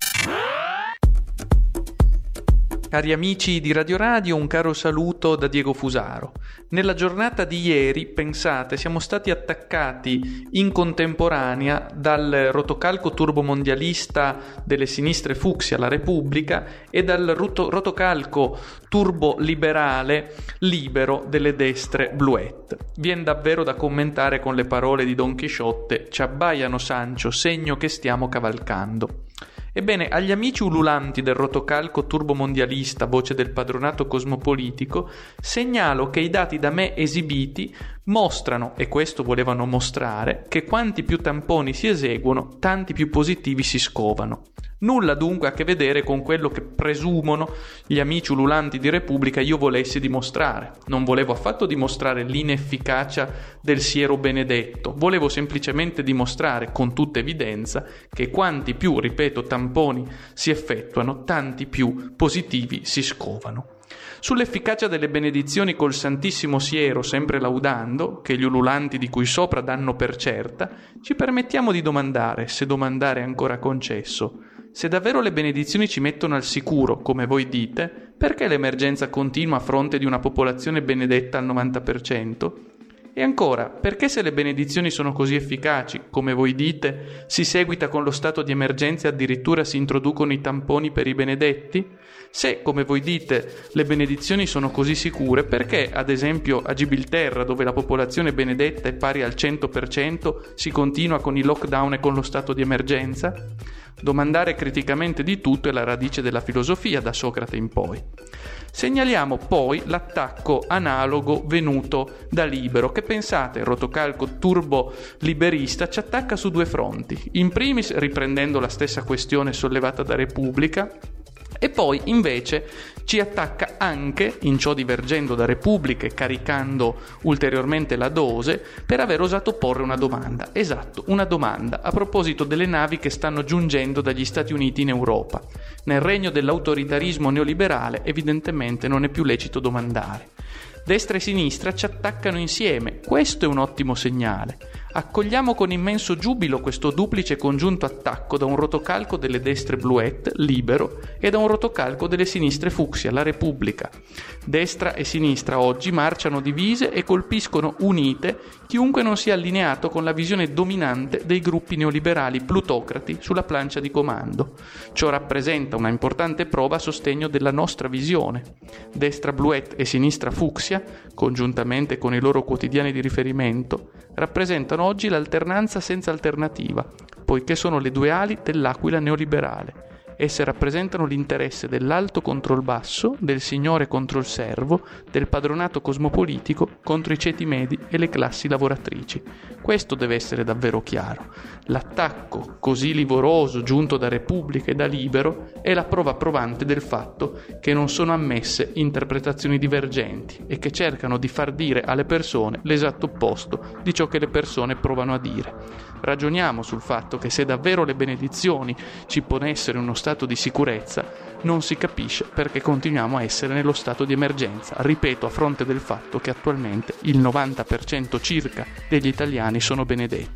Cari amici di Radio Radio, un caro saluto da Diego Fusaro. Nella giornata di ieri, pensate, siamo stati attaccati in contemporanea dal rotocalco turbomondialista delle sinistre fucsia, la Repubblica, e dal roto- rotocalco turboliberale libero delle destre bluette. Viene davvero da commentare con le parole di Don Chisciotte: ci abbaiano Sancho, segno che stiamo cavalcando. Ebbene, agli amici ululanti del rotocalco turbomondialista, voce del padronato cosmopolitico, segnalo che i dati da me esibiti mostrano, e questo volevano mostrare, che quanti più tamponi si eseguono, tanti più positivi si scovano. Nulla dunque a che vedere con quello che presumono gli amici ululanti di Repubblica io volessi dimostrare. Non volevo affatto dimostrare l'inefficacia del siero benedetto, volevo semplicemente dimostrare con tutta evidenza che quanti più, ripeto, tamponi si effettuano, tanti più positivi si scovano. Sull'efficacia delle benedizioni col Santissimo Siero, sempre laudando, che gli ululanti di cui sopra danno per certa, ci permettiamo di domandare, se domandare è ancora concesso, se davvero le benedizioni ci mettono al sicuro, come voi dite, perché l'emergenza continua a fronte di una popolazione benedetta al novanta per cento? E ancora, perché se le benedizioni sono così efficaci, come voi dite, si seguita con lo stato di emergenza e addirittura si introducono i tamponi per i benedetti? Se, come voi dite, le benedizioni sono così sicure, perché, ad esempio, a Gibilterra, dove la popolazione benedetta è pari al cento per cento, si continua con i lockdown e con lo stato di emergenza? Domandare criticamente di tutto è la radice della filosofia, da Socrate in poi. Segnaliamo poi l'attacco analogo venuto da Libero, che pensate, il rotocalco turbo liberista ci attacca su due fronti. In primis riprendendo la stessa questione sollevata da Repubblica, e poi invece ci attacca anche, in ciò divergendo da Repubblica e caricando ulteriormente la dose, per aver osato porre una domanda. Esatto, una domanda a proposito delle navi che stanno giungendo dagli Stati Uniti in Europa. Nel regno dell'autoritarismo neoliberale evidentemente non è più lecito domandare. Destra e sinistra ci attaccano insieme, questo è un ottimo segnale. Accogliamo con immenso giubilo questo duplice congiunto attacco da un rotocalco delle destre bluette, Libero, e da un rotocalco delle sinistre fucsia, la Repubblica. Destra e sinistra oggi marciano divise e colpiscono unite chiunque non sia allineato con la visione dominante dei gruppi neoliberali plutocrati sulla plancia di comando. Ciò rappresenta una importante prova a sostegno della nostra visione. Destra bluette e sinistra fucsia, congiuntamente con i loro quotidiani di riferimento, rappresentano oggi l'alternanza senza alternativa, poiché sono le due ali dell'aquila neoliberale. Esse rappresentano l'interesse dell'alto contro il basso, del signore contro il servo, del padronato cosmopolitico contro i ceti medi e le classi lavoratrici. Questo deve essere davvero chiaro. L'attacco così livoroso giunto da Repubblica e da Libero è la prova provante del fatto che non sono ammesse interpretazioni divergenti e che cercano di far dire alle persone l'esatto opposto di ciò che le persone provano a dire. Ragioniamo sul fatto che se davvero le benedizioni ci ponessero in uno stato di sicurezza, non si capisce perché continuiamo a essere nello stato di emergenza, ripeto, a fronte del fatto che attualmente il novanta per cento circa degli italiani sono benedetti.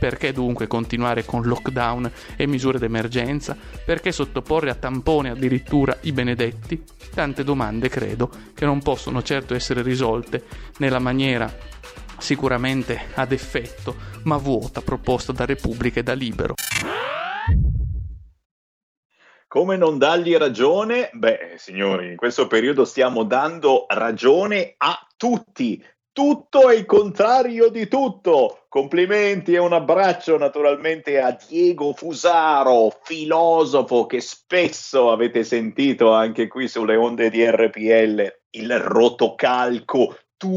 Perché dunque continuare con lockdown e misure d'emergenza? Perché sottoporre a tampone addirittura i benedetti? Tante domande, credo, che non possono certo essere risolte nella maniera sicuramente ad effetto, ma vuota proposta da Repubblica e da Libero. Come non dargli ragione? Beh, signori, in questo periodo stiamo dando ragione a tutti. Tutto è il contrario di tutto. Complimenti e un abbraccio naturalmente a Diego Fusaro, filosofo che spesso avete sentito anche qui sulle onde di R P L, il rotocalco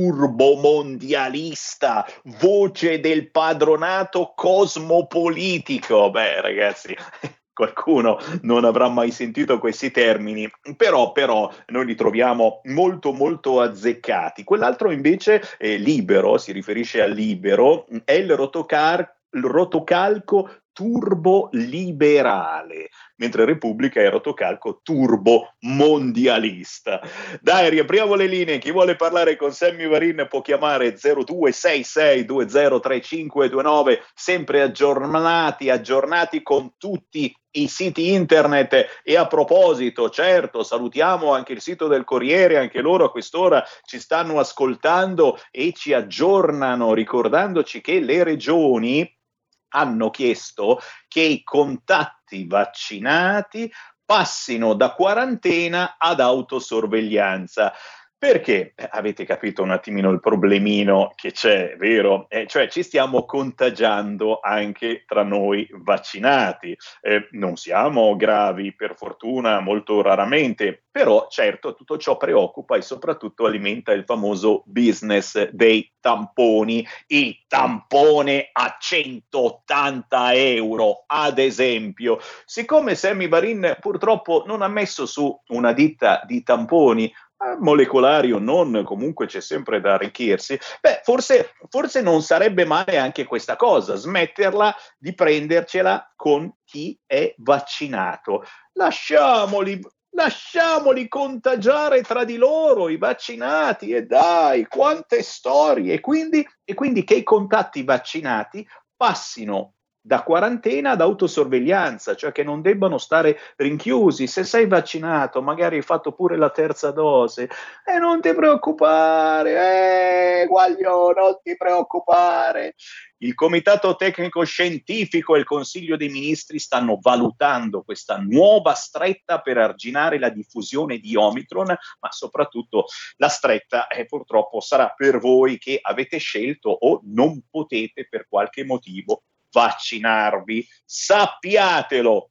turbomondialista, voce del padronato cosmopolitico. Beh, ragazzi, qualcuno non avrà mai sentito questi termini, però, però noi li troviamo molto molto azzeccati. Quell'altro invece è Libero, si riferisce a Libero, è il, rotocar- il rotocalco turbo liberale, mentre Repubblica è il rotocalco turbo mondialista. Dai, riapriamo le linee. Chi vuole parlare con Sammy Varin può chiamare zero due sei sei due zero tre cinque due nove, sempre aggiornati, aggiornati con tutti i siti internet. E a proposito, certo, salutiamo anche il sito del Corriere, anche loro a quest'ora ci stanno ascoltando e ci aggiornano, ricordandoci che le regioni hanno chiesto che i contatti vaccinati passino da quarantena ad autosorveglianza. Perché eh, avete capito un attimino il problemino che c'è, vero? Eh, cioè ci stiamo contagiando anche tra noi vaccinati. Eh, non siamo gravi, per fortuna, molto raramente, però certo tutto ciò preoccupa e soprattutto alimenta il famoso business dei tamponi, il tampone a centottanta euro, ad esempio. Siccome Sammy Varin purtroppo non ha messo su una ditta di tamponi, molecolari o non, comunque c'è sempre da arricchirsi, beh, forse, forse non sarebbe male anche questa cosa, smetterla di prendercela con chi è vaccinato. Lasciamoli, lasciamoli contagiare tra di loro, i vaccinati, e dai, quante storie! E quindi, e quindi che i contatti vaccinati passino da quarantena ad autosorveglianza, cioè che non debbano stare rinchiusi. Se sei vaccinato, magari hai fatto pure la terza dose, e eh, non ti preoccupare, eh, guaglio, non ti preoccupare. Il Comitato Tecnico Scientifico e il Consiglio dei Ministri stanno valutando questa nuova stretta per arginare la diffusione di Omicron, ma soprattutto la stretta eh, purtroppo sarà per voi che avete scelto o non potete per qualche motivo vaccinarvi, sappiatelo.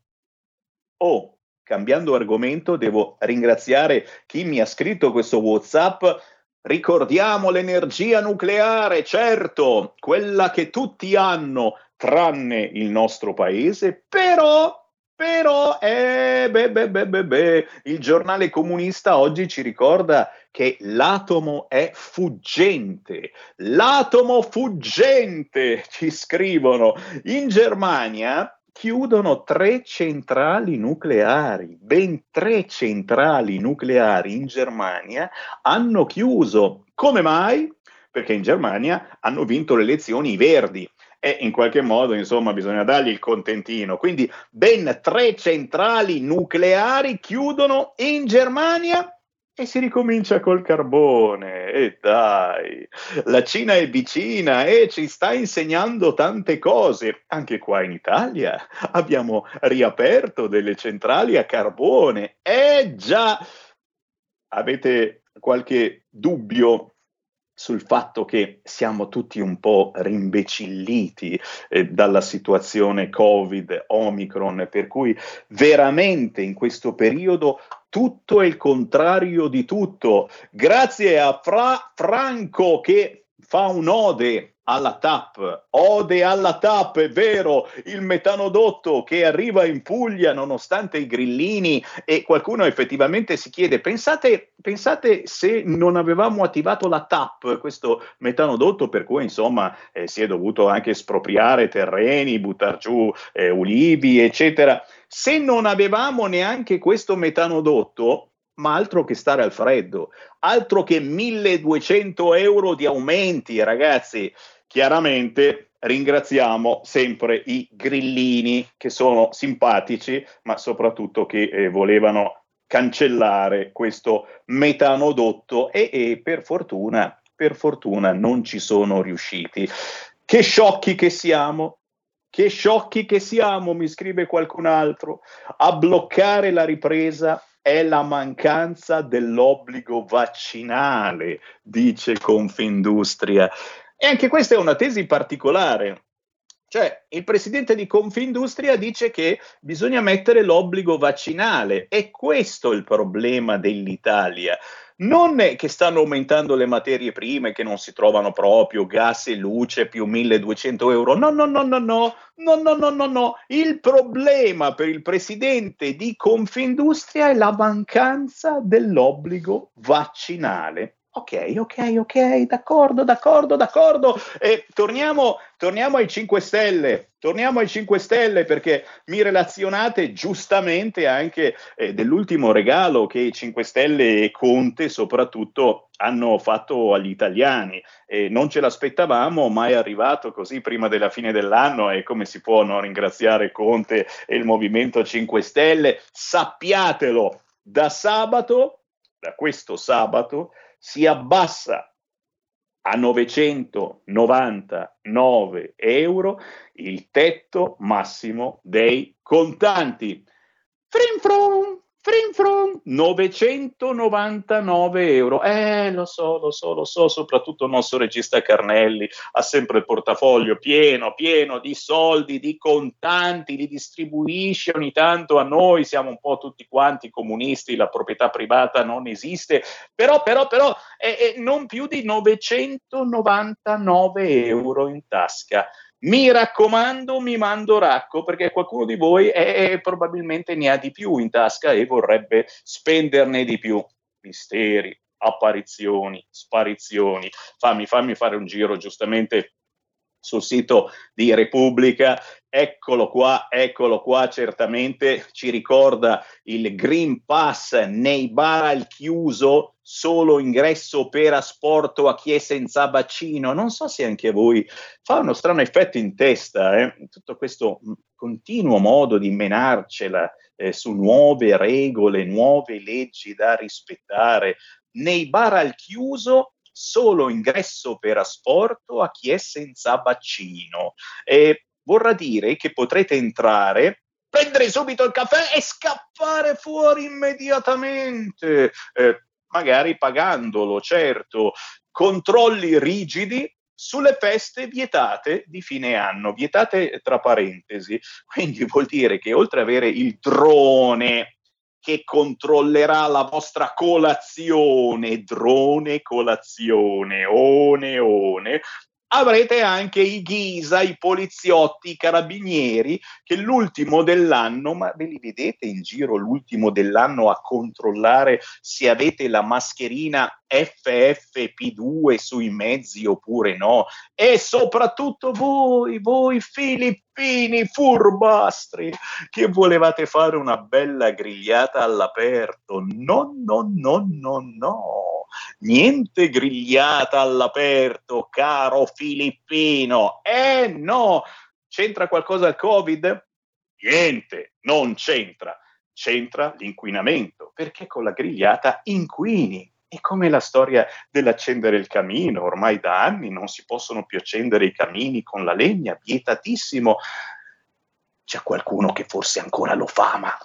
Oh, cambiando argomento, devo ringraziare chi mi ha scritto questo WhatsApp. Ricordiamo l'energia nucleare, certo, quella che tutti hanno, tranne il nostro paese, però Però, eh, beh, beh, beh, beh, beh, il giornale comunista oggi ci ricorda che l'atomo è fuggente. L'atomo fuggente, ci scrivono. In Germania chiudono tre centrali nucleari, ben tre centrali nucleari in Germania hanno chiuso. Come mai? Perché in Germania hanno vinto le elezioni i Verdi. E in qualche modo, insomma, bisogna dargli il contentino. Quindi ben tre centrali nucleari chiudono in Germania e si ricomincia col carbone. E dai, la Cina è vicina e ci sta insegnando tante cose. Anche qua in Italia abbiamo riaperto delle centrali a carbone. Eh già! Avete qualche dubbio sul fatto che siamo tutti un po' rimbecilliti eh, dalla situazione Covid, Omicron, per cui veramente in questo periodo tutto è il contrario di tutto. Grazie a Fra Franco che fa un'ode alla T A P, ode alla T A P, è vero, il metanodotto che arriva in Puglia nonostante i grillini, e qualcuno effettivamente si chiede, pensate, pensate se non avevamo attivato la T A P, questo metanodotto per cui insomma eh, si è dovuto anche espropriare terreni, buttar giù eh, ulivi, eccetera, se non avevamo neanche questo metanodotto, ma altro che stare al freddo, altro che milleduecento euro di aumenti, ragazzi. chiaramente ringraziamo sempre i grillini, che sono simpatici, ma soprattutto che eh, volevano cancellare questo metanodotto e, e per fortuna, per fortuna non ci sono riusciti. Che sciocchi che siamo, che sciocchi che siamo, mi scrive qualcun altro. A bloccare la ripresa è la mancanza dell'obbligo vaccinale, dice Confindustria. E anche questa è una tesi particolare. Cioè, il presidente di Confindustria dice che bisogna mettere l'obbligo vaccinale. E questo è il problema dell'Italia. Non è che stanno aumentando le materie prime che non si trovano proprio, gas e luce più milleduecento euro. No, no, no, no, no, no, no, no, no, no. Il problema per il presidente di Confindustria è la mancanza dell'obbligo vaccinale. Ok, ok, ok, d'accordo, d'accordo, d'accordo. E torniamo, torniamo ai cinque Stelle, torniamo ai cinque Stelle perché mi relazionate giustamente anche eh, dell'ultimo regalo che i cinque Stelle e Conte soprattutto hanno fatto agli italiani. E non ce l'aspettavamo, ma è arrivato così prima della fine dell'anno e come si può non ringraziare Conte e il Movimento cinque Stelle? Sappiatelo, da sabato, da questo sabato, si abbassa a novecentonovantanove euro il tetto massimo dei contanti. Frin fron, frin fron, novecentonovantanove euro. Eh, lo so, lo so, lo so, soprattutto il nostro regista Carnelli ha sempre il portafoglio pieno, pieno di soldi, di contanti, li distribuisce ogni tanto a noi, siamo un po' tutti quanti comunisti, la proprietà privata non esiste, però, però, però, eh, eh, non più di novecentonovantanove euro in tasca. Mi raccomando, mi mando racco, perché qualcuno di voi è, è, probabilmente ne ha di più in tasca e vorrebbe spenderne di più. Misteri, apparizioni, sparizioni. Fammi, fammi fare un giro giustamente sul sito di Repubblica. Eccolo qua, eccolo qua, certamente ci ricorda il Green Pass nei bar al chiuso, solo ingresso per asporto a chi è senza vaccino. Non so se anche a voi fa uno strano effetto in testa, eh? Tutto questo continuo modo di menarcela eh, su nuove regole, nuove leggi da rispettare. Nei bar al chiuso, solo ingresso per asporto a chi è senza vaccino. E vorrà dire che potrete entrare, prendere subito il caffè e scappare fuori immediatamente, eh, magari pagandolo, certo. Controlli rigidi sulle feste vietate di fine anno, vietate tra parentesi, quindi vuol dire che oltre ad avere il drone che controllerà la vostra colazione, drone colazione, one one, avrete anche i ghisa, i poliziotti, i carabinieri che l'ultimo dell'anno, ma ve li vedete in giro l'ultimo dell'anno a controllare se avete la mascherina F F P due sui mezzi oppure no? E soprattutto voi, voi filippini furbastri che volevate fare una bella grigliata all'aperto. No, no, no, no, no. Niente grigliata all'aperto, caro filippino. Eh no, c'entra qualcosa il Covid? Niente, non c'entra. C'entra l'inquinamento, perché con la grigliata inquini. È come la storia dell'accendere il camino, ormai da anni non si possono più accendere i camini con la legna, vietatissimo. C'è qualcuno che forse ancora lo fa, ma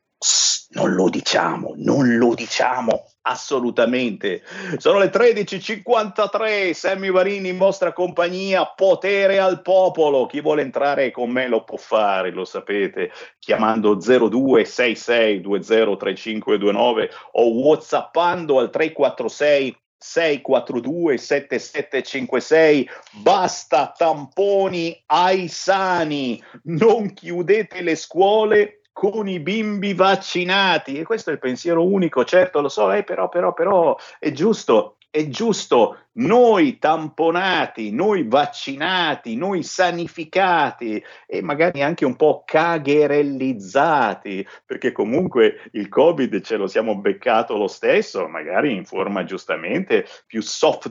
non lo diciamo, non lo diciamo assolutamente. Sono le tredici e cinquantatré, Sammy Varini in vostra compagnia, potere al popolo. Chi vuole entrare con me lo può fare, lo sapete, chiamando zero due sei sei due zero tre cinque due nove o whatsappando al tre quattro sei sei quattro due sette sette cinque sei. Basta tamponi ai sani, non chiudete le scuole con i bimbi vaccinati. E questo è il pensiero unico, certo, lo so, eh, però, però, però è giusto, è giusto noi tamponati, noi vaccinati, noi sanificati e magari anche un po' cagherellizzati, perché comunque il Covid ce lo siamo beccato lo stesso, magari in forma giustamente più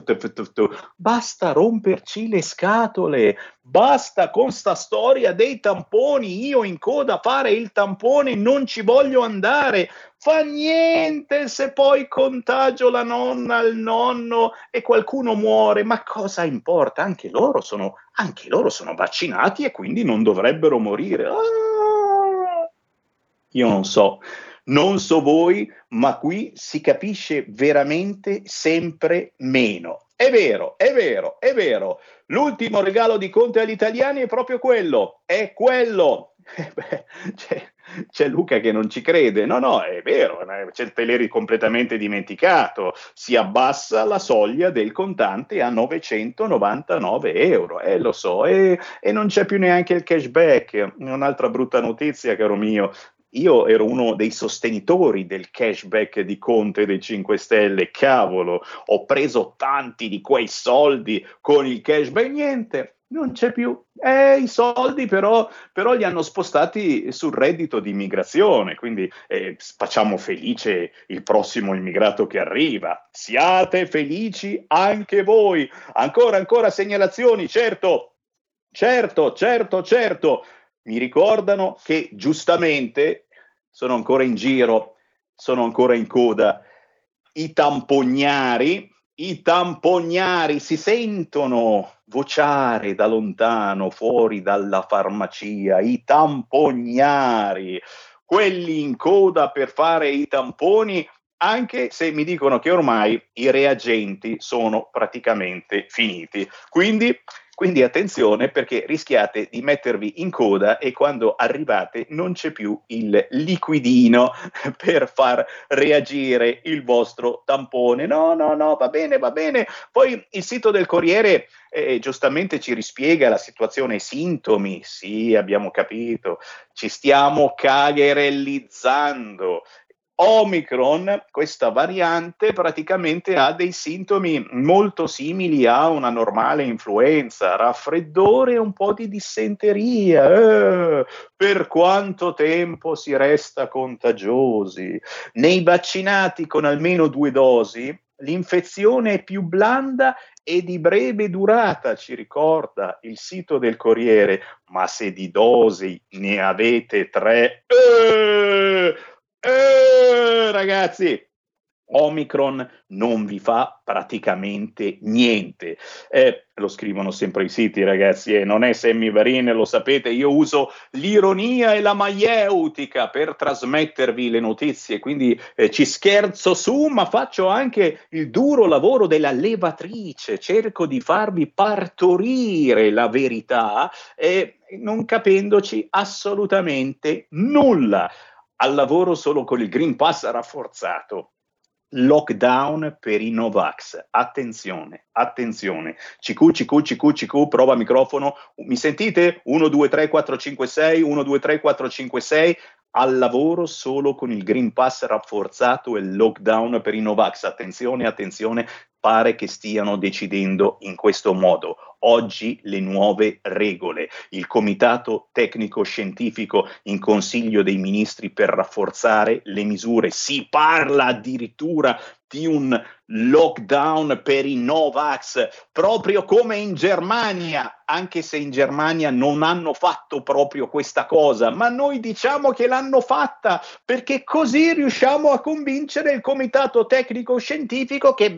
soft. Basta romperci le scatole, basta con sta storia dei tamponi, io in coda a fare il tampone non ci voglio andare. Fa niente se poi contagio la nonna, il nonno e qualcuno muore, ma cosa importa? Anche loro sono, anche loro sono vaccinati e quindi non dovrebbero morire. Ah! Io non so, non so voi, ma qui si capisce veramente sempre meno. È vero, è vero, è vero. L'ultimo regalo di Conte agli italiani è proprio quello, è quello. Eh beh, c'è, c'è Luca che non ci crede. No, no, è vero, c'è, te l'eri completamente dimenticato. Si abbassa la soglia del contante a novecentonovantanove euro. Eh, lo so, e, e non c'è più neanche il cashback. Un'altra brutta notizia, caro mio. Io ero uno dei sostenitori del cashback di Conte dei cinque Stelle, cavolo, ho preso tanti di quei soldi con il cashback, niente, non c'è più. Eh, i soldi però, però li hanno spostati sul reddito di immigrazione, quindi eh, facciamo felice il prossimo immigrato che arriva. Siate felici anche voi. Ancora, ancora segnalazioni, certo, certo, certo, certo. Mi ricordano che giustamente sono ancora in giro, sono ancora in coda. I tampognari, i tampognari si sentono vociare da lontano, fuori dalla farmacia, i tampognari, quelli in coda per fare i tamponi, anche se mi dicono che ormai i reagenti sono praticamente finiti. Quindi Quindi attenzione, perché rischiate di mettervi in coda e quando arrivate non c'è più il liquidino per far reagire il vostro tampone. No, no, no, va bene, va bene. Poi il sito del Corriere eh, giustamente ci rispiega la situazione sintomi. Sì, abbiamo capito, ci stiamo cagherellizzando. Omicron, questa variante, praticamente ha dei sintomi molto simili a una normale influenza, raffreddore e un po' di dissenteria. Eh, per quanto tempo si resta contagiosi? Nei vaccinati con almeno due dosi, l'infezione è più blanda e di breve durata, ci ricorda il sito del Corriere, ma se di dosi ne avete tre... Eh, Eh, ragazzi, Omicron non vi fa praticamente niente. Eh, lo scrivono sempre i siti, ragazzi, e eh, non è semiverine, lo sapete, io uso l'ironia e la maieutica per trasmettervi le notizie, quindi eh, ci scherzo su, ma faccio anche il duro lavoro della levatrice, cerco di farvi partorire la verità, eh, non capendoci assolutamente nulla. Al lavoro solo con il Green Pass rafforzato. Lockdown per i Novax. Attenzione, attenzione. C Q, C Q, C Q, C Q, prova microfono. Mi sentite? uno, due, tre, quattro, cinque, sei, uno, due, tre, quattro, cinque, sei. Al lavoro solo con il Green Pass rafforzato e il lockdown per i Novax. Attenzione, attenzione. Pare che stiano decidendo in questo modo. Oggi le nuove regole. Il Comitato Tecnico Scientifico in Consiglio dei Ministri per rafforzare le misure. Si parla addirittura di un lockdown per i Novax, proprio come in Germania, anche se in Germania non hanno fatto proprio questa cosa, ma noi diciamo che l'hanno fatta perché così riusciamo a convincere il Comitato Tecnico Scientifico che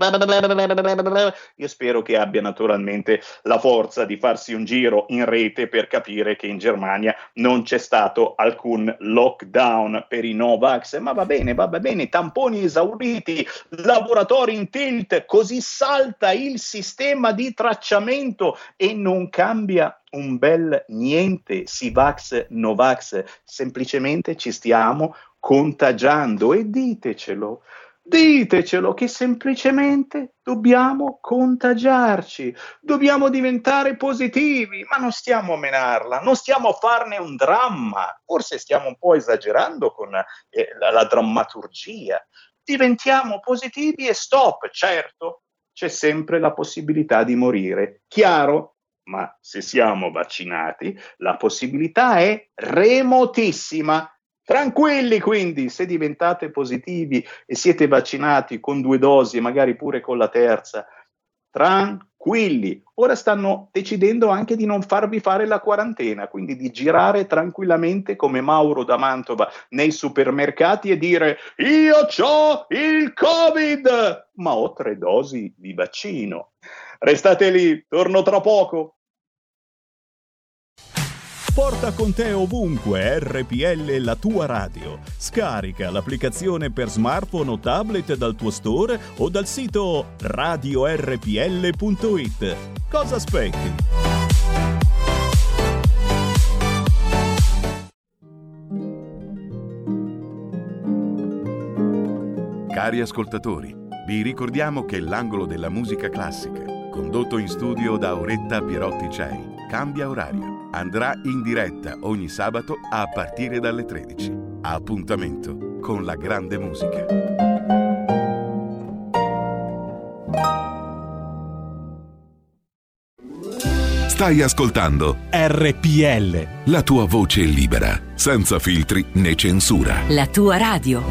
io spero che abbia naturalmente la forza di farsi un giro in rete per capire che in Germania non c'è stato alcun lockdown per i Novax, ma va bene, va bene, tamponi esauriti, laboratori in tilt, così salta il sistema di tracciamento e non cambia un bel niente, si vax, no vax, semplicemente ci stiamo contagiando e ditecelo. Ditecelo che semplicemente dobbiamo contagiarci, dobbiamo diventare positivi, ma non stiamo a menarla, non stiamo a farne un dramma, forse stiamo un po' esagerando con eh, la, la drammaturgia. Diventiamo positivi e stop, certo, c'è sempre la possibilità di morire. Chiaro? Ma se siamo vaccinati, la possibilità è remotissima. Tranquilli quindi, se diventate positivi e siete vaccinati con due dosi e magari pure con la terza, tranquilli. Ora stanno decidendo anche di non farvi fare la quarantena, quindi di girare tranquillamente come Mauro da Mantova nei supermercati e dire: io c'ho il Covid, ma ho tre dosi di vaccino. Restate lì, torno tra poco. Porta con te ovunque R P L, la tua radio. Scarica l'applicazione per smartphone o tablet dal tuo store o dal sito radio r p l punto i t. Cosa aspetti? Cari ascoltatori, vi ricordiamo che l'angolo della musica classica, condotto in studio da Auretta Pierotti Cei, cambia orario. Andrà in diretta ogni sabato a partire dalle tredici. Appuntamento con la grande musica. Stai ascoltando R P L, la tua voce libera, senza filtri né censura. La tua radio.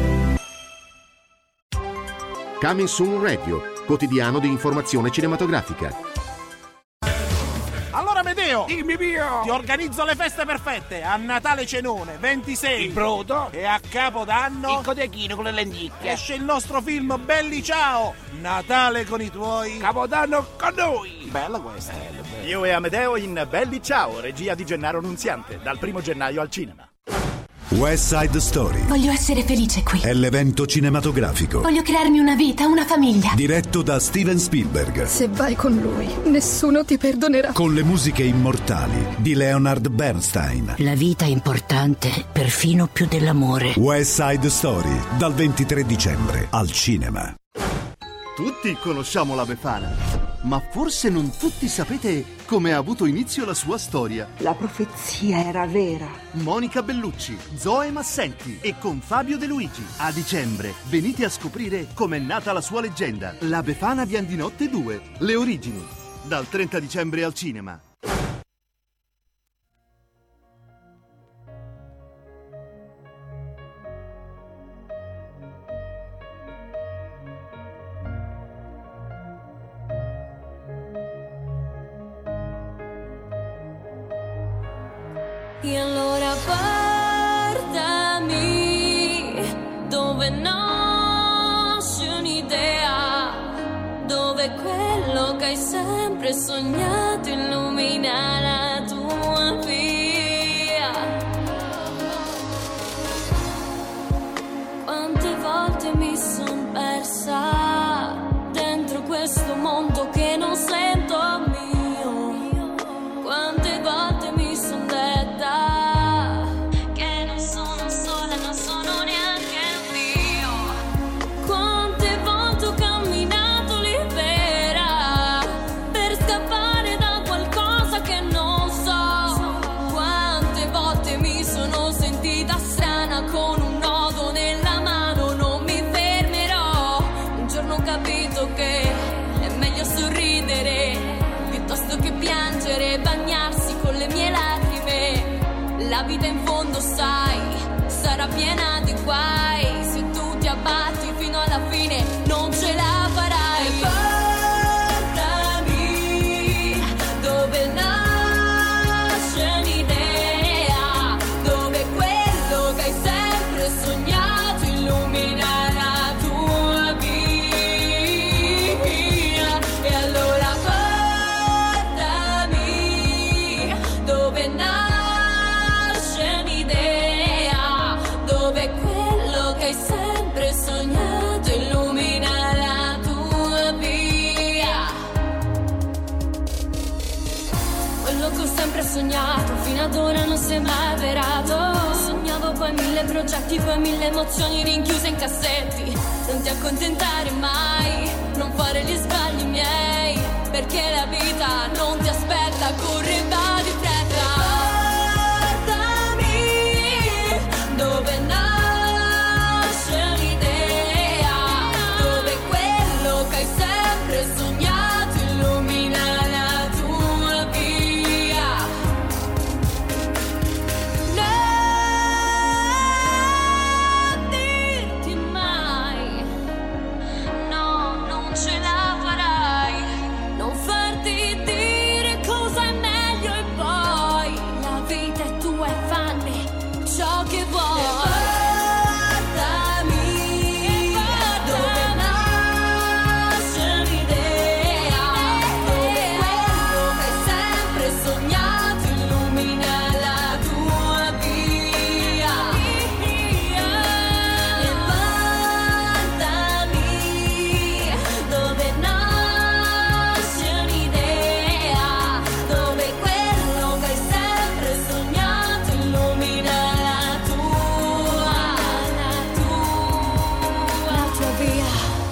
Coming Soon Radio, quotidiano di informazione cinematografica. Allora Medeo, dimmi mio, ti organizzo le feste perfette. A Natale cenone, ventisei, il brodo, e a Capodanno il codechino con le lenticchie. Esce il nostro film Belli Ciao, Natale con i tuoi, Capodanno con noi. Bella questa. Bello, bello. Io e Amedeo in Belli Ciao, regia di Gennaro Nunziante, dal primo gennaio al cinema. West Side Story. Voglio essere felice qui. È l'evento cinematografico. Voglio crearmi una vita, una famiglia. Diretto da Steven Spielberg. Se vai con lui, nessuno ti perdonerà. Con le musiche immortali di Leonard Bernstein. La vita è importante, perfino più dell'amore. West Side Story, dal ventitré dicembre al cinema. Tutti conosciamo la Befana, ma forse non tutti sapete come ha avuto inizio la sua storia. La profezia era vera. Monica Bellucci, Zoe Massenti e con Fabio De Luigi. A dicembre venite a scoprire com'è nata la sua leggenda. La Befana Biandinotte due, le origini. Dal trenta dicembre al cinema. E allora portami dove nasce un'idea, dove quello che hai sempre sognato illumina la tua via. Quante volte mi son persa dentro questo mondo che non sento mio. Quante volte mi son detta che non sono sola, non sono neanche io. Quante volte ho camminato libera per scappare da qualcosa che non so. Quante volte mi sono sentita strana con un nodo nella mano, non mi fermerò. Un giorno ho capito che è meglio sorridere piuttosto che piangere, bagnarsi con le mie lacrime. La vita in fondo, sai, sarà piena di guai. Se tu ti abbatti fino alla fine non ce la farai. Portami dove nasce un'idea, dove quello che hai sempre sognato illumina la tua vita. E allora portami dove nasce un'idea, dove quello che hai sempre sognato illumina la tua via. Quello che ho sempre sognato fino ad ora non si è mai avverato. Sognavo poi mille progetti, poi mille emozioni rinchiuse in cassetti. Non ti accontentare mai, non fare gli sbagli miei, perché la vita non ti aspetta, corre va di fretta. Portami dove nasce un'idea, dove quello che hai sempre sognato quello che vuoi. Portami dove nasce un'idea, dove quello che hai sempre sognato illumina la tua via. E portami dove nasce un'idea, dove quello che hai sempre sognato illumina la tua, la tua, la tua via.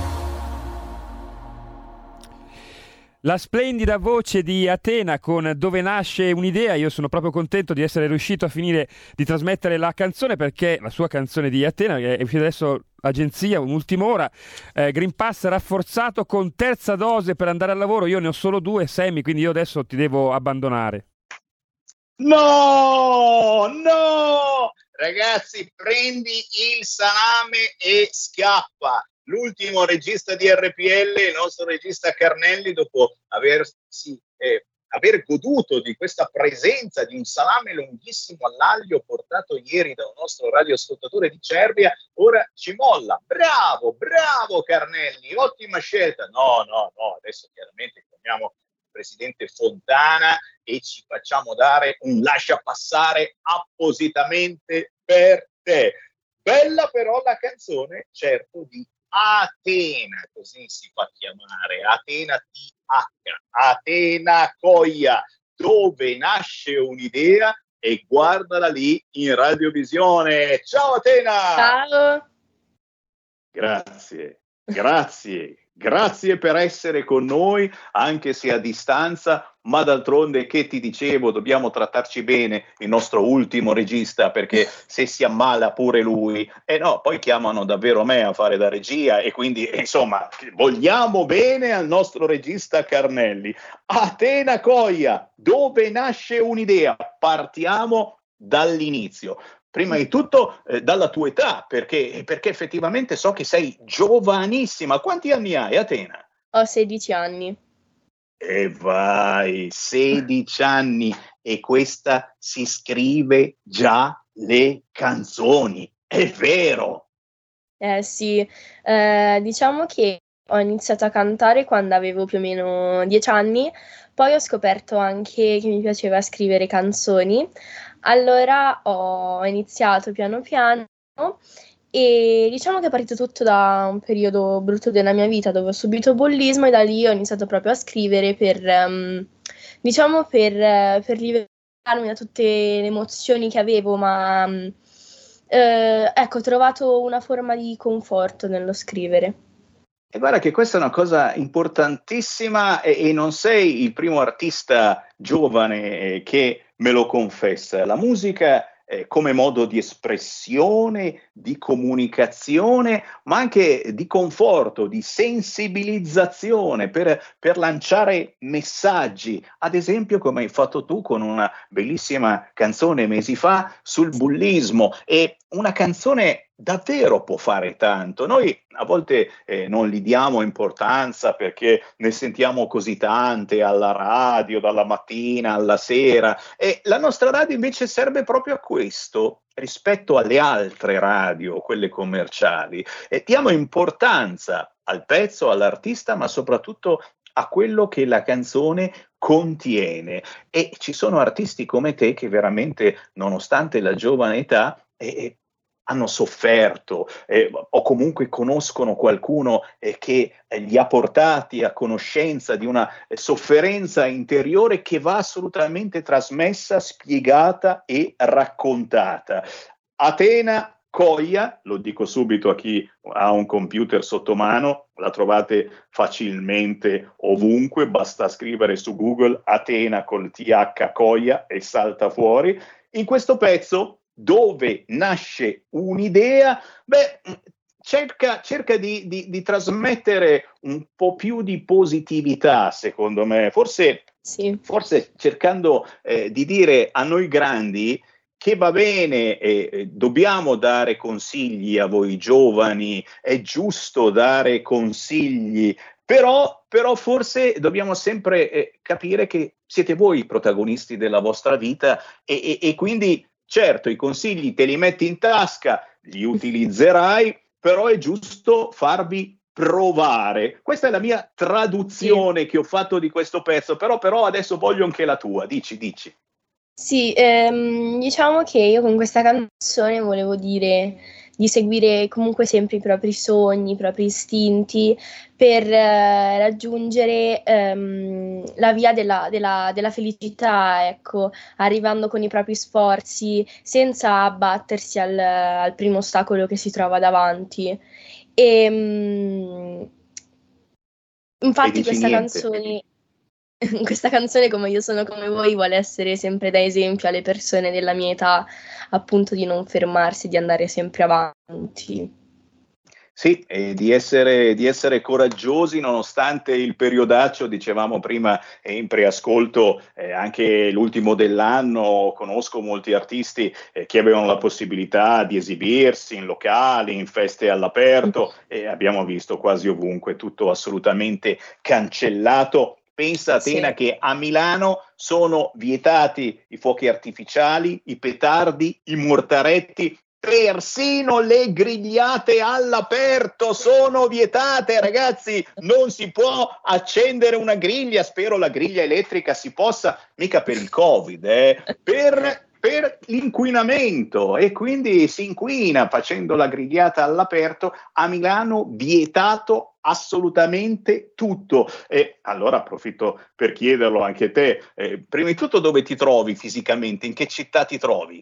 La splendida voce di Atena con Dove nasce un'idea. Io sono proprio contento di essere riuscito a finire di trasmettere la canzone, perché la sua canzone di Atena, che è uscita adesso l'agenzia, un'ultima ora, eh, Green Pass rafforzato con terza dose per andare al lavoro. Io ne ho solo due, Sammy, quindi io adesso ti devo abbandonare. No, no, ragazzi, prendi il salame e scappa. L'ultimo regista di R P L, il nostro regista Carnelli, dopo aversi, eh, aver goduto di questa presenza di un salame lunghissimo all'aglio portato ieri da un nostro radioascoltatore di Cervia, ora ci molla. Bravo, bravo Carnelli, ottima scelta. No, no, no, adesso chiaramente chiamiamo il presidente Fontana e ci facciamo dare un lascia passare appositamente per te. Bella però la canzone, certo, di Atena, così si fa chiamare, Atena T H, Atena Coia, dove nasce un'idea, e guardala lì in radiovisione. Ciao Atena! Ciao! Grazie, grazie. Grazie per essere con noi, anche se a distanza, ma d'altronde, che ti dicevo, dobbiamo trattarci bene, il nostro ultimo regista, perché se si ammala pure lui, e eh no, poi chiamano davvero me a fare da regia, e quindi, insomma, vogliamo bene al nostro regista Carnelli. Atena Coia, dove nasce un'idea? Partiamo dall'inizio. Prima di tutto eh, dalla tua età, perché, perché effettivamente so che sei giovanissima. Quanti anni hai, Atena? Ho sedici anni. E vai, sedici anni, e questa si scrive già le canzoni, è vero? Eh sì, eh, diciamo che ho iniziato a cantare quando avevo più o meno dieci anni, poi ho scoperto anche che mi piaceva scrivere canzoni. Allora ho iniziato piano piano e diciamo che è partito tutto da un periodo brutto della mia vita dove ho subito bullismo, e da lì ho iniziato proprio a scrivere per, um, diciamo, per, per liberarmi da tutte le emozioni che avevo, ma um, eh, ecco, ho trovato una forma di conforto nello scrivere. E guarda che questa è una cosa importantissima, e, e non sei il primo artista giovane eh, che me lo confessa. La musica eh, come modo di espressione, di comunicazione, ma anche di conforto, di sensibilizzazione per, per lanciare messaggi, ad esempio come hai fatto tu con una bellissima canzone mesi fa sul bullismo. E una canzone davvero può fare tanto. Noi a volte eh, non gli diamo importanza perché ne sentiamo così tante alla radio, dalla mattina alla sera, e la nostra radio invece serve proprio a questo rispetto alle altre radio, quelle commerciali. E diamo importanza al pezzo, all'artista, ma soprattutto a quello che la canzone contiene. E ci sono artisti come te che veramente, nonostante la giovane età, eh, hanno sofferto eh, o comunque conoscono qualcuno eh, che eh, li ha portati a conoscenza di una eh, sofferenza interiore che va assolutamente trasmessa, spiegata e raccontata. Atena Coia, lo dico subito a chi ha un computer sotto mano, la trovate facilmente ovunque, basta scrivere su Google Atena col T H Coia e salta fuori. In questo pezzo, dove nasce un'idea, beh, cerca, cerca di, di, di trasmettere un po' più di positività, secondo me, forse, sì. forse cercando eh, di dire a noi grandi che va bene, eh, dobbiamo dare consigli a voi giovani, è giusto dare consigli, però, però forse dobbiamo sempre eh, capire che siete voi i protagonisti della vostra vita, e, e, e quindi certo i consigli te li metti in tasca, li utilizzerai, però è giusto farvi provare. Questa è la mia traduzione sì. che ho fatto di questo pezzo, però, però adesso voglio anche la tua, dici, dici. Sì, ehm, diciamo che io con questa canzone volevo dire di seguire comunque sempre i propri sogni, i propri istinti per eh, raggiungere ehm, la via della, della, della felicità, ecco, arrivando con i propri sforzi senza abbattersi al, al primo ostacolo che si trova davanti. E, mh, infatti questa niente. canzone... Questa canzone, come io sono come voi, vuole essere sempre da esempio alle persone della mia età, appunto di non fermarsi, di andare sempre avanti. Sì, e di essere, di essere coraggiosi nonostante il periodaccio, dicevamo prima eh, in preascolto, eh, anche l'ultimo dell'anno, conosco molti artisti eh, che avevano la possibilità di esibirsi in locali, in feste all'aperto, e abbiamo visto quasi ovunque tutto assolutamente cancellato. Pensa Atena sì. che a Milano sono vietati i fuochi artificiali, i petardi, i mortaretti, persino le grigliate all'aperto sono vietate, ragazzi, non si può accendere una griglia, spero la griglia elettrica si possa, mica per il Covid, eh, per... per l'inquinamento, e quindi si inquina facendo la grigliata all'aperto. A Milano vietato assolutamente tutto. E allora approfitto per chiederlo anche a te, eh, prima di tutto dove ti trovi fisicamente, in che città ti trovi?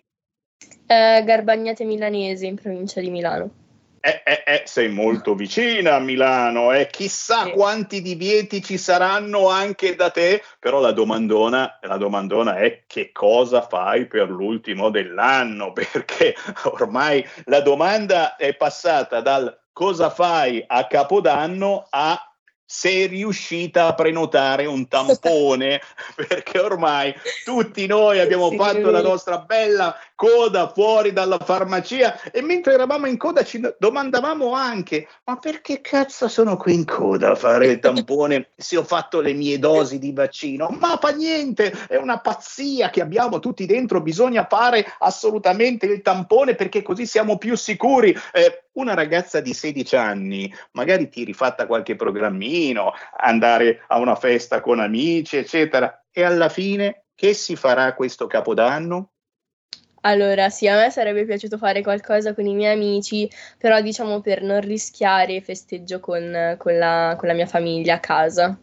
Eh, Garbagnate Milanese, in provincia di Milano. Eh, eh, eh, sei molto vicina a Milano, e eh. chissà sì. quanti divieti ci saranno anche da te, però la domandona, la domandona è: che cosa fai per l'ultimo dell'anno? Perché ormai la domanda è passata dal cosa fai a Capodanno a sei riuscita a prenotare un tampone, perché ormai tutti noi abbiamo sì, fatto la nostra bella coda fuori dalla farmacia, e mentre eravamo in coda ci domandavamo anche: ma perché cazzo sono qui in coda a fare il tampone se ho fatto le mie dosi di vaccino? Ma fa niente, è una pazzia che abbiamo tutti dentro, bisogna fare assolutamente il tampone perché così siamo più sicuri. Eh, una ragazza di sedici anni magari ti rifatta qualche programmino, andare a una festa con amici eccetera, e alla fine che si farà questo Capodanno? Allora sì, a me sarebbe piaciuto fare qualcosa con i miei amici, però diciamo per non rischiare festeggio con, con, la, con la mia famiglia a casa.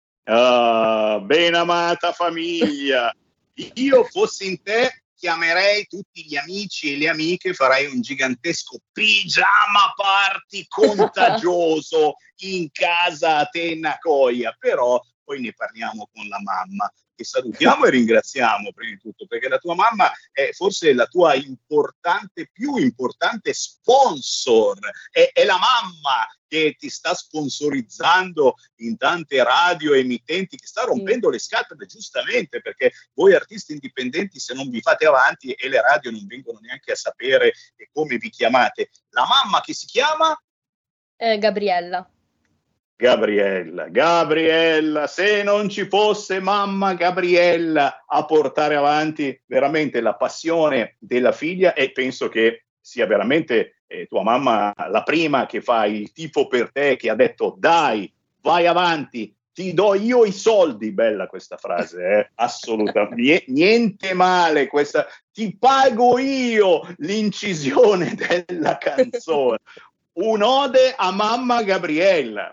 Ah, ben amata famiglia. Io fossi in te chiamerei tutti gli amici e le amiche, farei un gigantesco pigiama party contagioso in casa a Atena Coia, però poi ne parliamo con la mamma, che salutiamo e ringraziamo prima di tutto, perché la tua mamma è forse la tua importante, più importante sponsor, è, è la mamma che ti sta sponsorizzando in tante radio emittenti, che sta rompendo mm. le scatole, giustamente, perché voi artisti indipendenti, se non vi fate avanti e le radio non vengono neanche a sapere come vi chiamate. La mamma che si chiama? Eh, Gabriella. Gabriella, Gabriella, se non ci fosse mamma Gabriella a portare avanti veramente la passione della figlia, e penso che sia veramente eh, tua mamma la prima che fa il tifo per te, che ha detto dai, vai avanti, ti do io i soldi, bella questa frase, eh? assolutamente, niente male, questa, ti pago io l'incisione della canzone, un'ode a mamma Gabriella.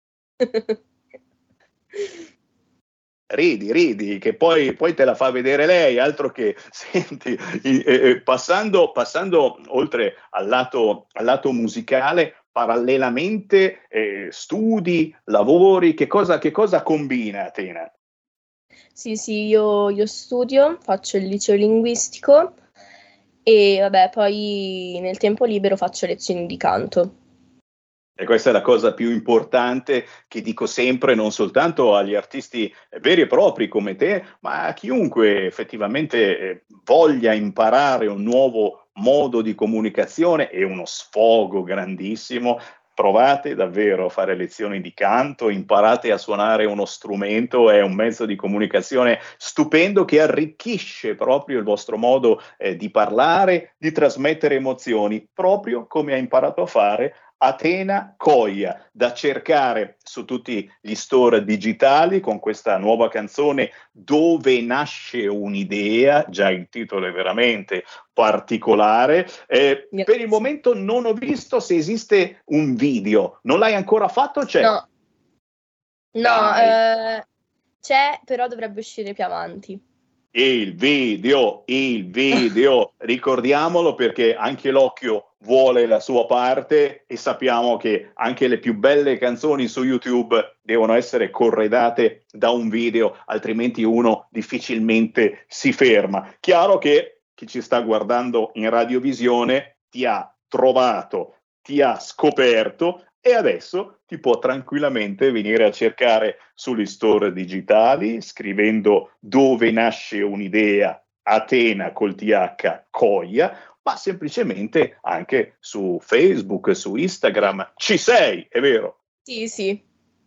Ridi, ridi, che poi, poi te la fa vedere lei, altro che, senti, eh, eh, passando, passando oltre al lato, al lato musicale, parallelamente eh, studi, lavori, che cosa, che cosa combina Atena? Sì, sì, io, io studio, faccio il liceo linguistico e vabbè, poi nel tempo libero faccio lezioni di canto. E questa è la cosa più importante che dico sempre, non soltanto agli artisti veri e propri come te, ma a chiunque effettivamente voglia imparare un nuovo modo di comunicazione e uno sfogo grandissimo, provate davvero a fare lezioni di canto, imparate a suonare uno strumento, è un mezzo di comunicazione stupendo che arricchisce proprio il vostro modo eh, di parlare, di trasmettere emozioni, proprio come ha imparato a fare Atena Coia, da cercare su tutti gli store digitali con questa nuova canzone Dove nasce un'idea, già il titolo è veramente particolare. Eh, per il momento non ho visto se esiste un video, non l'hai ancora fatto? C'è? No, no eh, c'è, però dovrebbe uscire più avanti. Il video, il video, ricordiamolo perché anche l'occhio vuole la sua parte e sappiamo che anche le più belle canzoni su YouTube devono essere corredate da un video, altrimenti uno difficilmente si ferma. Chiaro che chi ci sta guardando in radiovisione ti ha trovato, ti ha scoperto e adesso ti può tranquillamente venire a cercare sugli store digitali scrivendo Dove nasce un'idea, Atena col T H Coia, ma semplicemente anche su Facebook, su Instagram. Ci sei, è vero? Sì, sì.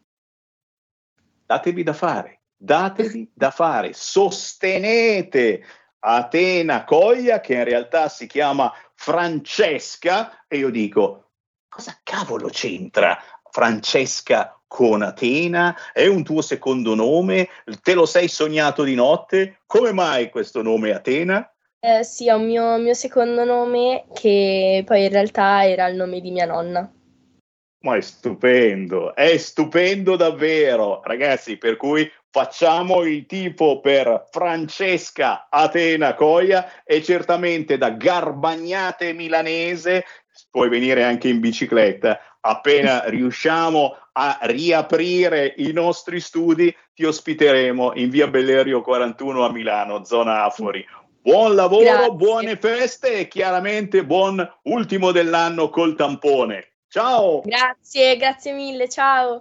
Datevi da fare, datevi da fare, sostenete Atena Coia, che in realtà si chiama Francesca, e io dico, cosa cavolo c'entra Francesca con Atena? È un tuo secondo nome? Te lo sei sognato di notte? Come mai questo nome Atena? Eh, sì, è un mio, mio secondo nome che poi in realtà era il nome di mia nonna. Ma è stupendo, è stupendo davvero, ragazzi, per cui facciamo il tifo per Francesca Atena Coia e certamente da Garbagnate milanese puoi venire anche in bicicletta. Appena riusciamo a riaprire i nostri studi, ti ospiteremo in via Bellerio quarantuno a Milano, zona Afori. Buon lavoro, grazie. Buone feste e chiaramente buon ultimo dell'anno col tampone. Ciao! Grazie, grazie mille, ciao!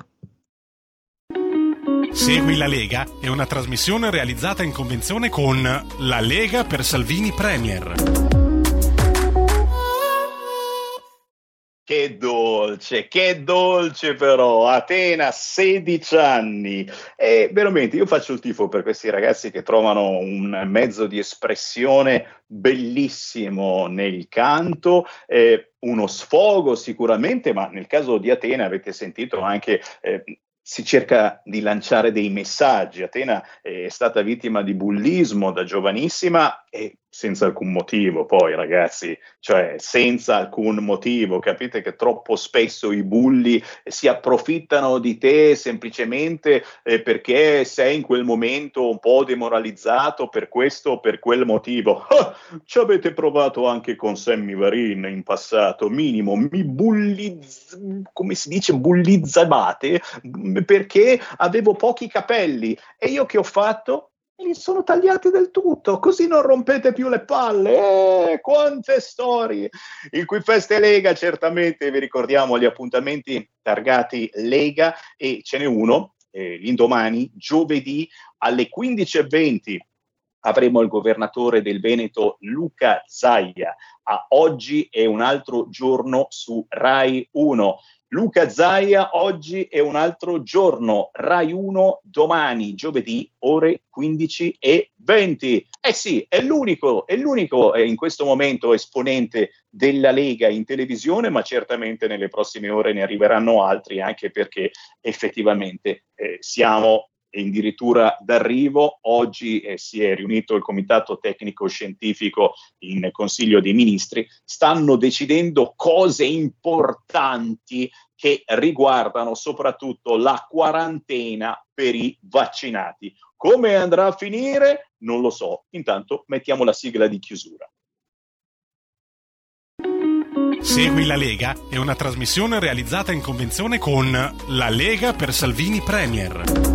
Segui la Lega è una trasmissione realizzata in convenzione con La Lega per Salvini Premier. Che dolce, che dolce però, Atena, sedici anni. E veramente io faccio il tifo per questi ragazzi che trovano un mezzo di espressione bellissimo nel canto, eh, uno sfogo sicuramente, ma nel caso di Atena avete sentito anche... Eh, si cerca di lanciare dei messaggi. Atena è stata vittima di bullismo da giovanissima e senza alcun motivo, poi ragazzi, cioè senza alcun motivo. Capite che troppo spesso i bulli si approfittano di te semplicemente eh, perché sei in quel momento un po' demoralizzato per questo o per quel motivo. Ah, ci avete provato anche con Sammy Varin in passato, minimo, mi bullizz... come si dice, bullizzavate perché avevo pochi capelli e io che ho fatto? Li sono tagliati del tutto, così non rompete più le palle. Eh, quante storie! Il Qui Feste Lega, certamente vi ricordiamo gli appuntamenti targati Lega e ce n'è uno, eh, l'indomani, giovedì alle quindici e venti avremo il governatore del Veneto Luca Zaia. A Oggi è un altro giorno su Rai uno. Luca Zaia, Oggi è un altro giorno, Rai uno, domani, giovedì, ore quindici e venti. Eh sì, è l'unico, è l'unico eh, in questo momento esponente della Lega in televisione, ma certamente nelle prossime ore ne arriveranno altri, anche perché effettivamente eh, siamo addirittura d'arrivo. Oggi eh, si è riunito il Comitato Tecnico Scientifico in Consiglio dei Ministri, stanno decidendo cose importanti che riguardano soprattutto la quarantena per i vaccinati. Come andrà a finire? Non lo so. Intanto mettiamo la sigla di chiusura. Segui la Lega è una trasmissione realizzata in convenzione con La Lega per Salvini Premier.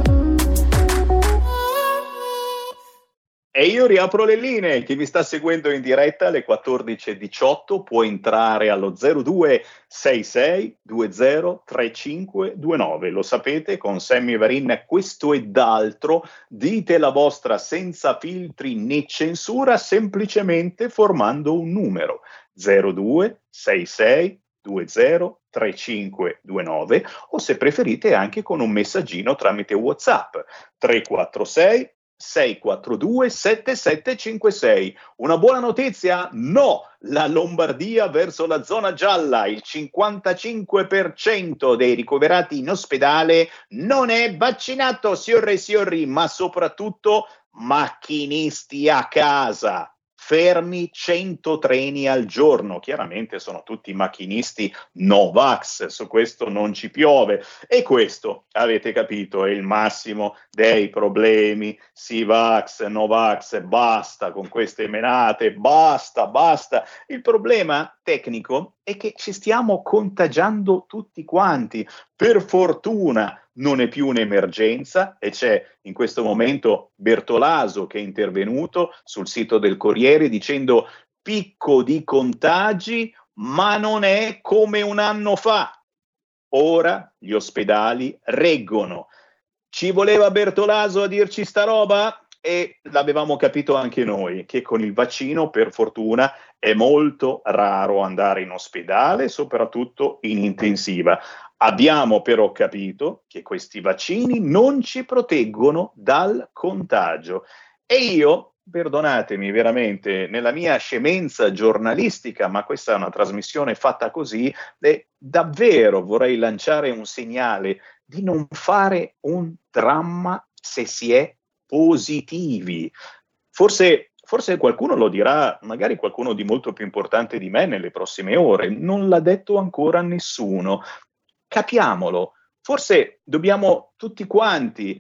E io riapro le linee, chi mi sta seguendo in diretta alle quattordici e diciotto può entrare allo zero due sei sei due zero tre cinque due nove, lo sapete, con Sammy Varin questo e d'altro, dite la vostra senza filtri né censura, semplicemente formando un numero, zero due sei sei due zero tre cinque due nove o se preferite anche con un messaggino tramite WhatsApp tre quattro sei sei quattro due sette sette cinque sei. Una buona notizia? No, la Lombardia verso la zona gialla, il cinquantacinque per cento dei ricoverati in ospedale non è vaccinato, signore e signori, ma soprattutto macchinisti a casa. Fermi cento treni al giorno, chiaramente sono tutti macchinisti Novax, su questo non ci piove e questo, avete capito, è il massimo dei problemi, Sivax, Novax, basta con queste menate, basta, basta. Il problema tecnico è che ci stiamo contagiando tutti quanti, per fortuna non è più un'emergenza e c'è in questo momento Bertolaso che è intervenuto sul sito del Corriere dicendo picco di contagi ma non è come un anno fa. Ora gli ospedali reggono. Ci voleva Bertolaso a dirci sta roba? E l'avevamo capito anche noi, che con il vaccino per fortuna è molto raro andare in ospedale, soprattutto in intensiva. Abbiamo però capito che questi vaccini non ci proteggono dal contagio e io, perdonatemi veramente, nella mia scemenza giornalistica, ma questa è una trasmissione fatta così, eh, davvero vorrei lanciare un segnale di non fare un dramma se si è positivi. Forse, forse qualcuno lo dirà, magari qualcuno di molto più importante di me nelle prossime ore, non l'ha detto ancora nessuno. Capiamolo, forse dobbiamo tutti quanti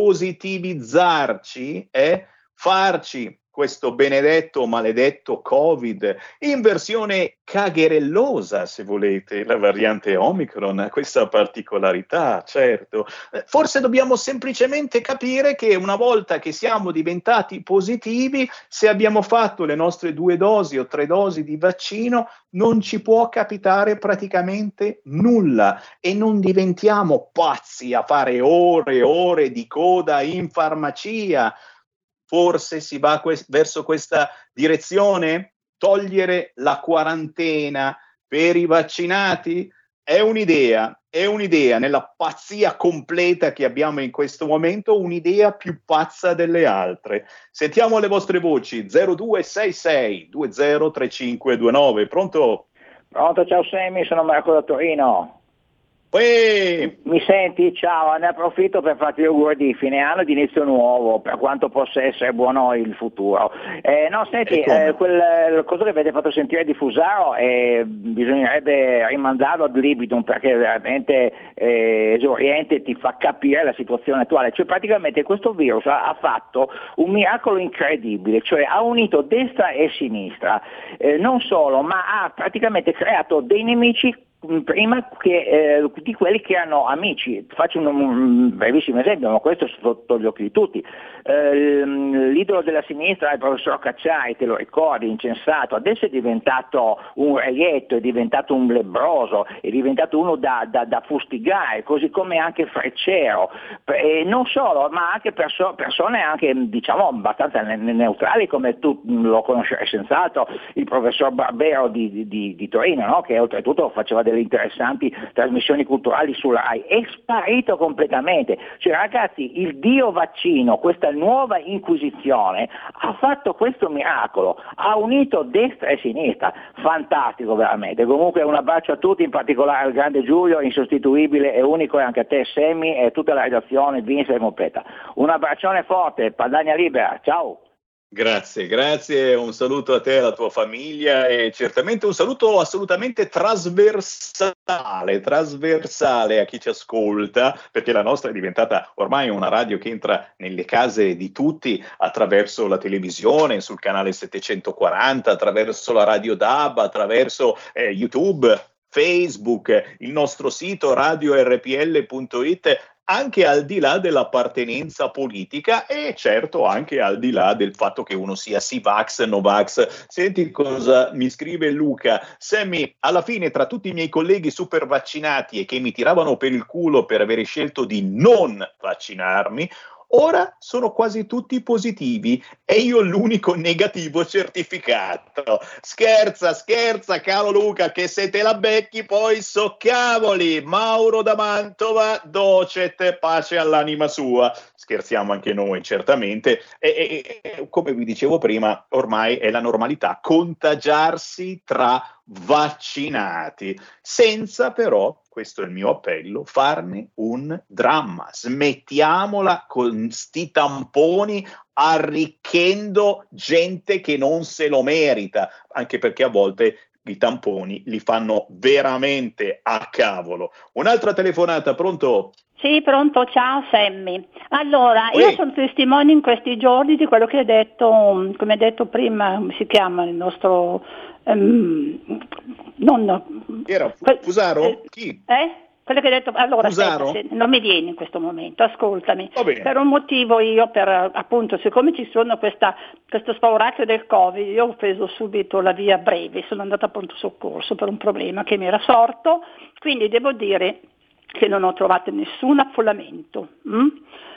positivizzarci e farci questo benedetto, maledetto Covid in versione cagherellosa, se volete, la variante Omicron ha questa particolarità, certo. Forse dobbiamo semplicemente capire che una volta che siamo diventati positivi, se abbiamo fatto le nostre due dosi o tre dosi di vaccino, non ci può capitare praticamente nulla e non diventiamo pazzi a fare ore e ore di coda in farmacia. Forse si va que- verso questa direzione? Togliere la quarantena per i vaccinati? È un'idea, è un'idea, nella pazzia completa che abbiamo in questo momento, un'idea più pazza delle altre. Sentiamo le vostre voci, zero due sei sei due zero tre cinque due nove, pronto? Pronto, ciao Sammy, sono Marco da Torino. Uè. Mi senti? Ciao, ne approfitto per farti gli auguri di fine anno e di inizio nuovo, per quanto possa essere buono il futuro. Eh, no, senti, eh, quel cosa che avete fatto sentire di Fusaro eh, bisognerebbe rimandarlo ad libitum perché è veramente eh, esauriente, ti fa capire la situazione attuale. Cioè praticamente questo virus ha, ha fatto un miracolo incredibile, cioè ha unito destra e sinistra, eh, non solo, ma ha praticamente creato dei nemici prima che, eh, di quelli che erano amici. Faccio un, un brevissimo esempio, ma questo è sotto gli occhi di tutti. Eh, l'idolo della sinistra, il professor Cacciari, te lo ricordi, incensato, adesso è diventato un reietto, è diventato un lebbroso, è diventato uno da, da, da fustigare, così come anche Freccero, e non solo, ma anche perso- persone anche diciamo abbastanza ne- neutrali, come tu lo conoscerai senz'altro, il professor Barbero di, di, di Torino, no? Che oltretutto faceva delle interessanti trasmissioni culturali sulla Rai, è sparito completamente. Cioè ragazzi, il dio vaccino, questa nuova inquisizione, ha fatto questo miracolo, ha unito destra e sinistra, fantastico veramente. Comunque un abbraccio a tutti, in particolare al grande Giulio, insostituibile e unico, e anche a te Sammy e tutta la redazione, Vince e Mopetta. Un abbraccione forte, Padania Libera, ciao! Grazie, grazie, un saluto a te e alla tua famiglia e certamente un saluto assolutamente trasversale, trasversale a chi ci ascolta, perché la nostra è diventata ormai una radio che entra nelle case di tutti attraverso la televisione, sul canale settecentoquaranta, attraverso la radio D A B, attraverso eh, YouTube, Facebook, il nostro sito radio erre pi elle punto it, anche al di là dell'appartenenza politica e certo anche al di là del fatto che uno sia Sivax, Novax. Senti cosa mi scrive Luca. Sammy, alla fine tra tutti i miei colleghi super vaccinati e che mi tiravano per il culo per avere scelto di non vaccinarmi, Ora sono quasi tutti positivi e io l'unico negativo certificato. Scherza, scherza, caro Luca, che se te la becchi poi so cavoli. Mauro da Mantova, docet, pace all'anima sua. Scherziamo anche noi, certamente. E, e, e come vi dicevo prima, ormai è la normalità contagiarsi tra vaccinati, senza però, questo è il mio appello, farne un dramma. Smettiamola con sti tamponi arricchendo gente che non se lo merita, anche perché a volte i tamponi li fanno veramente a cavolo. Un'altra telefonata, pronto? Sì, pronto, ciao Sammy. Allora, Ui. io sono testimone in questi giorni di quello che ha detto, come ha detto prima, come si chiama il nostro... Um, non, Era Fusaro? Eh, Chi? Eh? Quello che ha detto, allora Fusaro? aspetta, se- non mi viene in questo momento, ascoltami. Va bene. Per un motivo io, per appunto, siccome ci sono questa, questo spauracchio del Covid, io ho preso subito la via breve, sono andata a pronto soccorso per un problema che mi era sorto, quindi devo dire che non ho trovato nessun affollamento. Mm?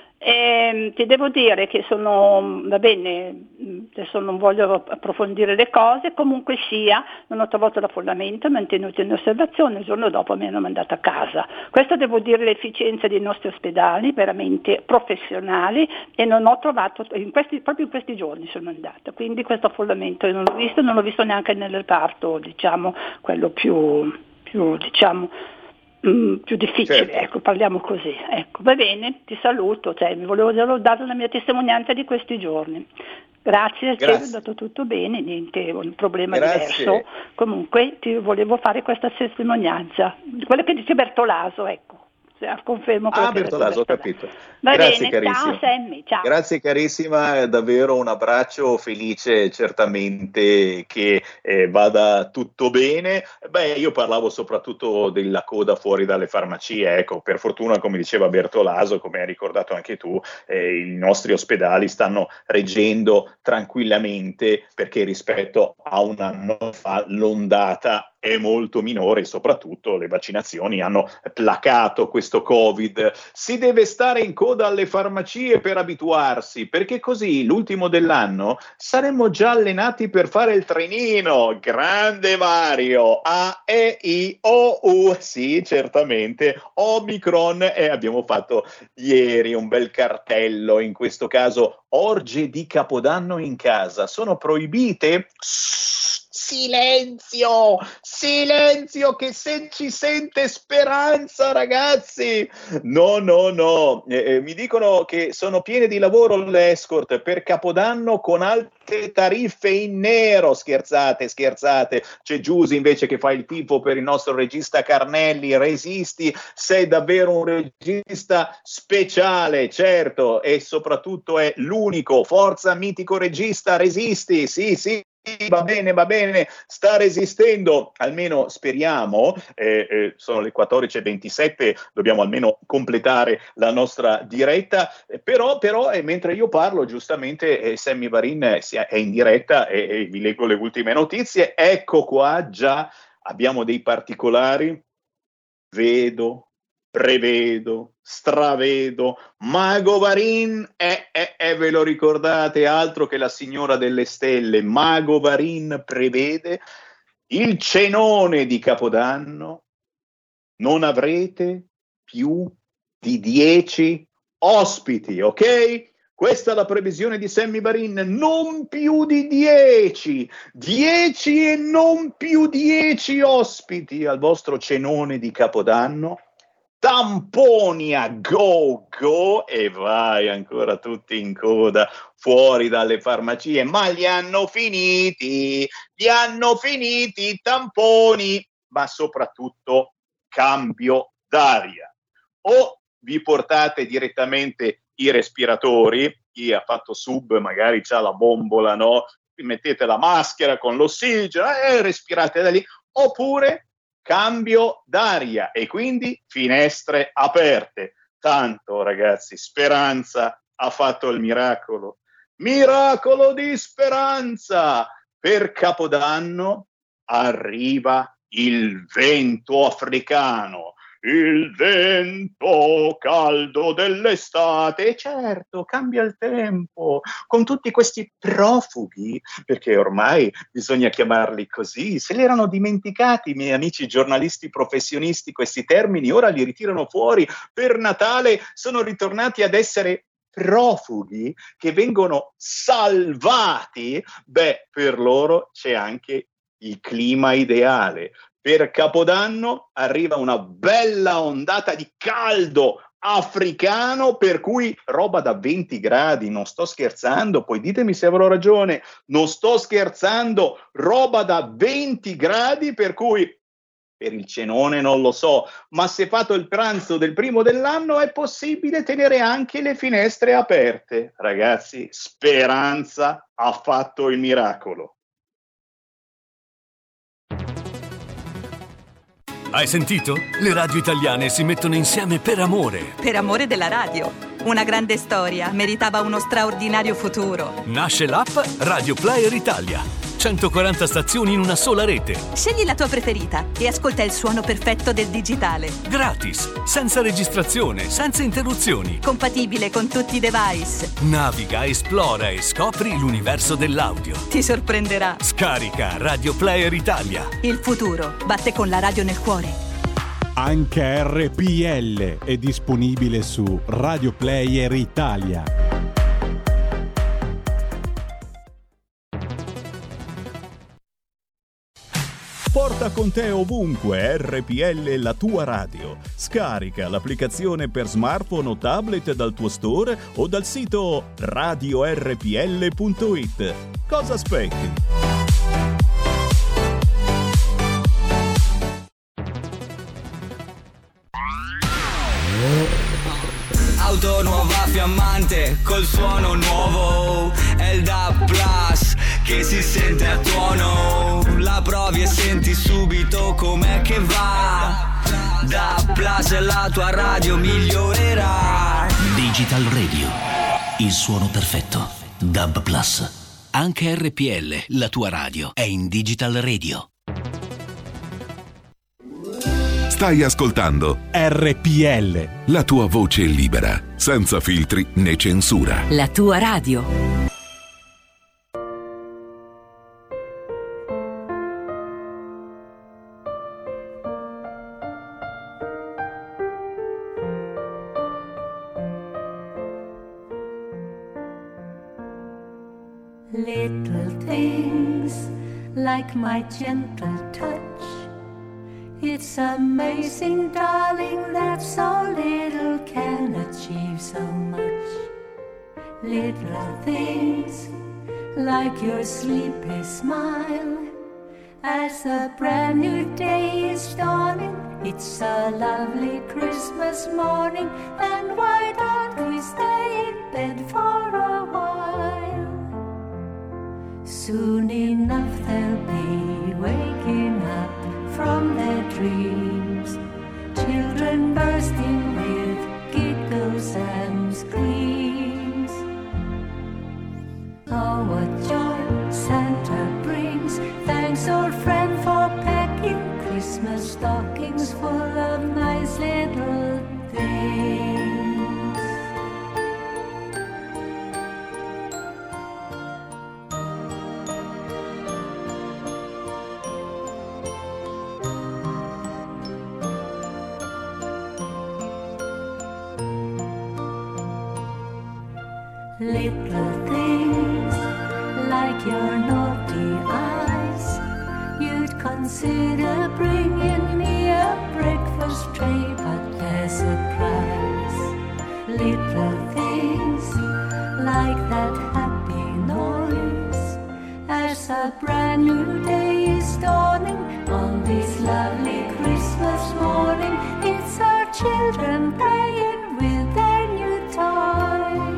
E ti devo dire che sono, va bene, adesso non voglio approfondire le cose, comunque sia, non ho trovato l'affollamento, mantenuto in osservazione, il giorno dopo mi hanno mandato a casa. Questo devo dire l'efficienza dei nostri ospedali, veramente professionali, e non ho trovato, in questi, proprio in questi giorni sono andata, quindi questo affollamento io non l'ho visto, non l'ho visto neanche nel reparto, diciamo, quello più, più diciamo, Mm, più difficile, Certo. ecco, parliamo così. Ecco, va bene, ti saluto, cioè, mi volevo solo dare la mia testimonianza di questi giorni. Grazie, Grazie. è andato tutto bene, niente, un problema Grazie. diverso. Comunque ti volevo fare questa testimonianza, quello che dice Bertolaso, ecco. Confermo quello Ah, che ha detto Bertolaso, ho Bertolaso. capito. Va Grazie, bene, carissimo. ciao Sammy, ciao. Grazie carissima, davvero un abbraccio felice, certamente che eh, vada tutto bene. Beh, io parlavo soprattutto della coda fuori dalle farmacie, ecco, per fortuna, come diceva Bertolaso, come hai ricordato anche tu, eh, i nostri ospedali stanno reggendo tranquillamente, perché rispetto a un anno fa l'ondata è molto minore e soprattutto le vaccinazioni hanno placato questo Covid. Si deve stare in coda alle farmacie per abituarsi, perché così l'ultimo dell'anno saremmo già allenati per fare il trenino. Grande Mario, A, E, I, O, U, sì, certamente, Omicron, e abbiamo fatto ieri un bel cartello, in questo caso orge di Capodanno in casa sono proibite? Silenzio, silenzio, che se ci sente Speranza, ragazzi. No, no, no, eh, eh, mi dicono che sono piene di lavoro l'escort per Capodanno con alte tariffe in nero. Scherzate, scherzate. C'è Giusy invece che fa il tifo per il nostro regista Carnelli. Resisti, sei davvero un regista speciale, certo, e soprattutto è l'unico. Forza, mitico regista, resisti, sì, sì. Va bene, va bene, sta resistendo, almeno speriamo, eh, eh, sono le quattordici e ventisette, dobbiamo almeno completare la nostra diretta, eh, però, però eh, mentre io parlo, giustamente eh, Sammy Varin eh, è in diretta e, e vi leggo le ultime notizie. Ecco qua, già abbiamo dei particolari, vedo, prevedo, stravedo, Mago Varin, eh, eh, eh, ve lo ricordate, altro che la signora delle stelle. Mago Varin prevede il cenone di Capodanno, non avrete più di dieci ospiti, ok? Questa è la previsione di Sammy Varin, non più di dieci, dieci e non più dieci ospiti al vostro cenone di Capodanno. Tamponi a go go e vai ancora tutti in coda fuori dalle farmacie, ma li hanno finiti, li hanno finiti i tamponi, ma soprattutto cambio d'aria. O vi portate direttamente i respiratori, chi ha fatto sub magari c'ha la bombola, no? Mettete la maschera con l'ossigeno e respirate da lì, oppure cambio d'aria e quindi finestre aperte. Tanto, ragazzi, Speranza ha fatto il miracolo. Miracolo di Speranza! Per Capodanno arriva il vento africano. il vento caldo dell'estate. E certo, cambia il tempo, con tutti questi profughi, perché ormai bisogna chiamarli così, se li erano dimenticati i miei amici giornalisti professionisti questi termini, ora li ritirano fuori, per Natale sono ritornati ad essere profughi che vengono salvati. Beh, per loro c'è anche il clima ideale. Per Capodanno arriva una bella ondata di caldo africano, per cui roba da venti gradi, non sto scherzando, poi ditemi se avrò ragione, non sto scherzando, roba da venti gradi, per cui per il cenone non lo so, ma se fatto il pranzo del primo dell'anno è possibile tenere anche le finestre aperte. Ragazzi, Speranza ha fatto il miracolo. Hai sentito? Le radio italiane si mettono insieme per amore. Per amore della radio. Una grande storia meritava uno straordinario futuro. Nasce l'app Radio Player Italia. centoquaranta stazioni in una sola rete. Scegli la tua preferita e ascolta il suono perfetto del digitale. Gratis, senza registrazione, senza interruzioni. Compatibile con tutti i device. Naviga, esplora e scopri l'universo dell'audio. Ti sorprenderà. Scarica Radio Player Italia. Il futuro batte con la radio nel cuore. Anche R P L è disponibile su Radio Player Italia. Porta con te ovunque R P L, la tua radio. Scarica l'applicazione per smartphone o tablet dal tuo store o dal sito radio r p l punto i t. Cosa aspetti? Auto nuova fiammante col suono nuovo, è il D A B Plus che si sente a tuono. La provi e senti subito com'è che va. D A B Plus e la tua radio migliorerà. Digital Radio, il suono perfetto. D A B Plus. Anche R P L, la tua radio, è in Digital Radio. Stai ascoltando R P L, la tua voce libera, senza filtri né censura. La tua radio. Little things like my gentle touch. It's amazing, darling, that so little can achieve so much. Little things like your sleepy smile as a brand new day is dawning. It's a lovely Christmas morning, and why don't we stay in bed for a while? Soon enough they'll be waking up from their dreams, children bursting with giggles and screams. Oh, what joy Santa brings! Thanks, old friend, for packing Christmas stockings full of nice little things. Little things like your naughty eyes, you'd consider bringing me a breakfast tray, but there's a price. Little things like that happy noise as a brand new day is dawning on this lovely Christmas morning. It's our children playing with their new toys.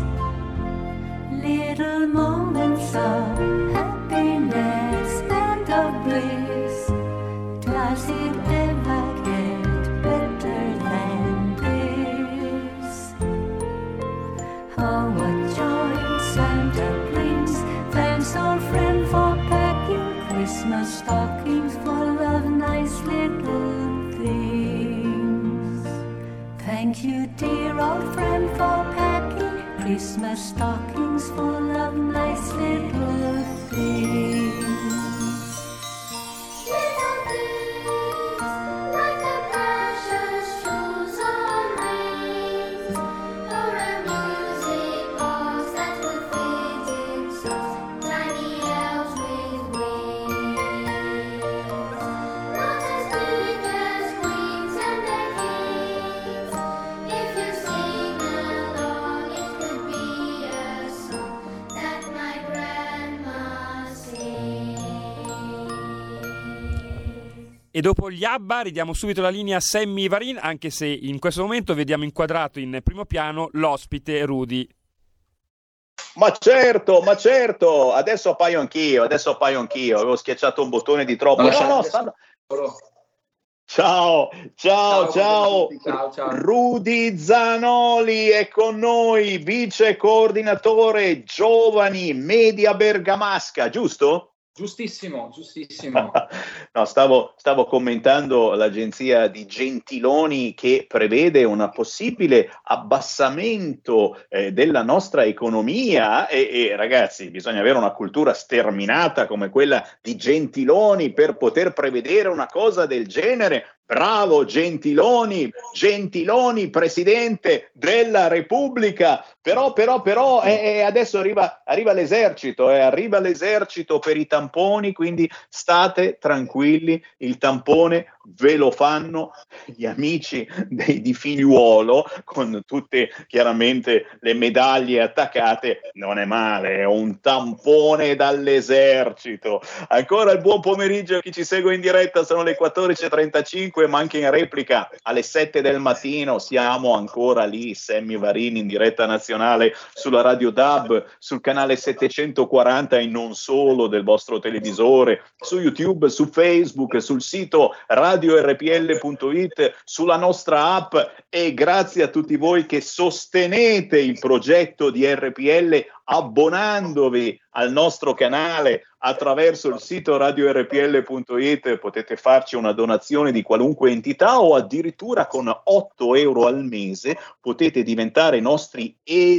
Little moments of happiness and of bliss. Does it ever get better than this? Oh, what joy Santa brings! Thanks, old friend, for packing Christmas stockings full of nice little things. thank you, dear old friend, for packing Christmas stockings full of nice little things. Little things like the precious shoes on rings, or a music box that would fit in socks, tiny elves with wings. Not as big as wings and their kings. If you sing along, it could be a song that my grandma sings. E dopo gli ABBA ridiamo subito la linea a Sammy Varin, anche se in questo momento vediamo inquadrato in primo piano l'ospite Rudy. Ma certo, ma certo, adesso appaio anch'io, adesso appaio anch'io, avevo schiacciato un bottone di troppo. No, No, no, stanno... Ciao, ciao, ciao, ciao, ciao, ciao. Rudy Zanoli è con noi, vice coordinatore giovani media bergamasca, giusto? Giustissimo, giustissimo. No, stavo, stavo commentando l'agenzia di Gentiloni che prevede un possibile abbassamento eh, della nostra economia e, e ragazzi, bisogna avere una cultura sterminata come quella di Gentiloni per poter prevedere una cosa del genere. Bravo Gentiloni, Gentiloni Presidente della Repubblica, però però però eh, adesso arriva, arriva l'esercito, eh, arriva l'esercito per i tamponi, quindi state tranquilli, il tampone ve lo fanno gli amici dei, di Figliuolo con tutte chiaramente le medaglie attaccate, non è male, è un tampone dall'esercito. Ancora il buon pomeriggio a chi ci segue in diretta, sono le quattordici e trentacinque, ma anche in replica alle sette del mattino siamo ancora lì, Sammy Varin in diretta nazionale sulla Radio D A B, sul canale settecentoquaranta e non solo del vostro televisore, su YouTube, su Facebook, sul sito radio R P L punto it, sulla nostra app, e grazie a tutti voi che sostenete il progetto di R P L abbonandovi al nostro canale attraverso il sito radio R P L punto it. Potete farci una donazione di qualunque entità o addirittura con otto euro al mese potete diventare nostri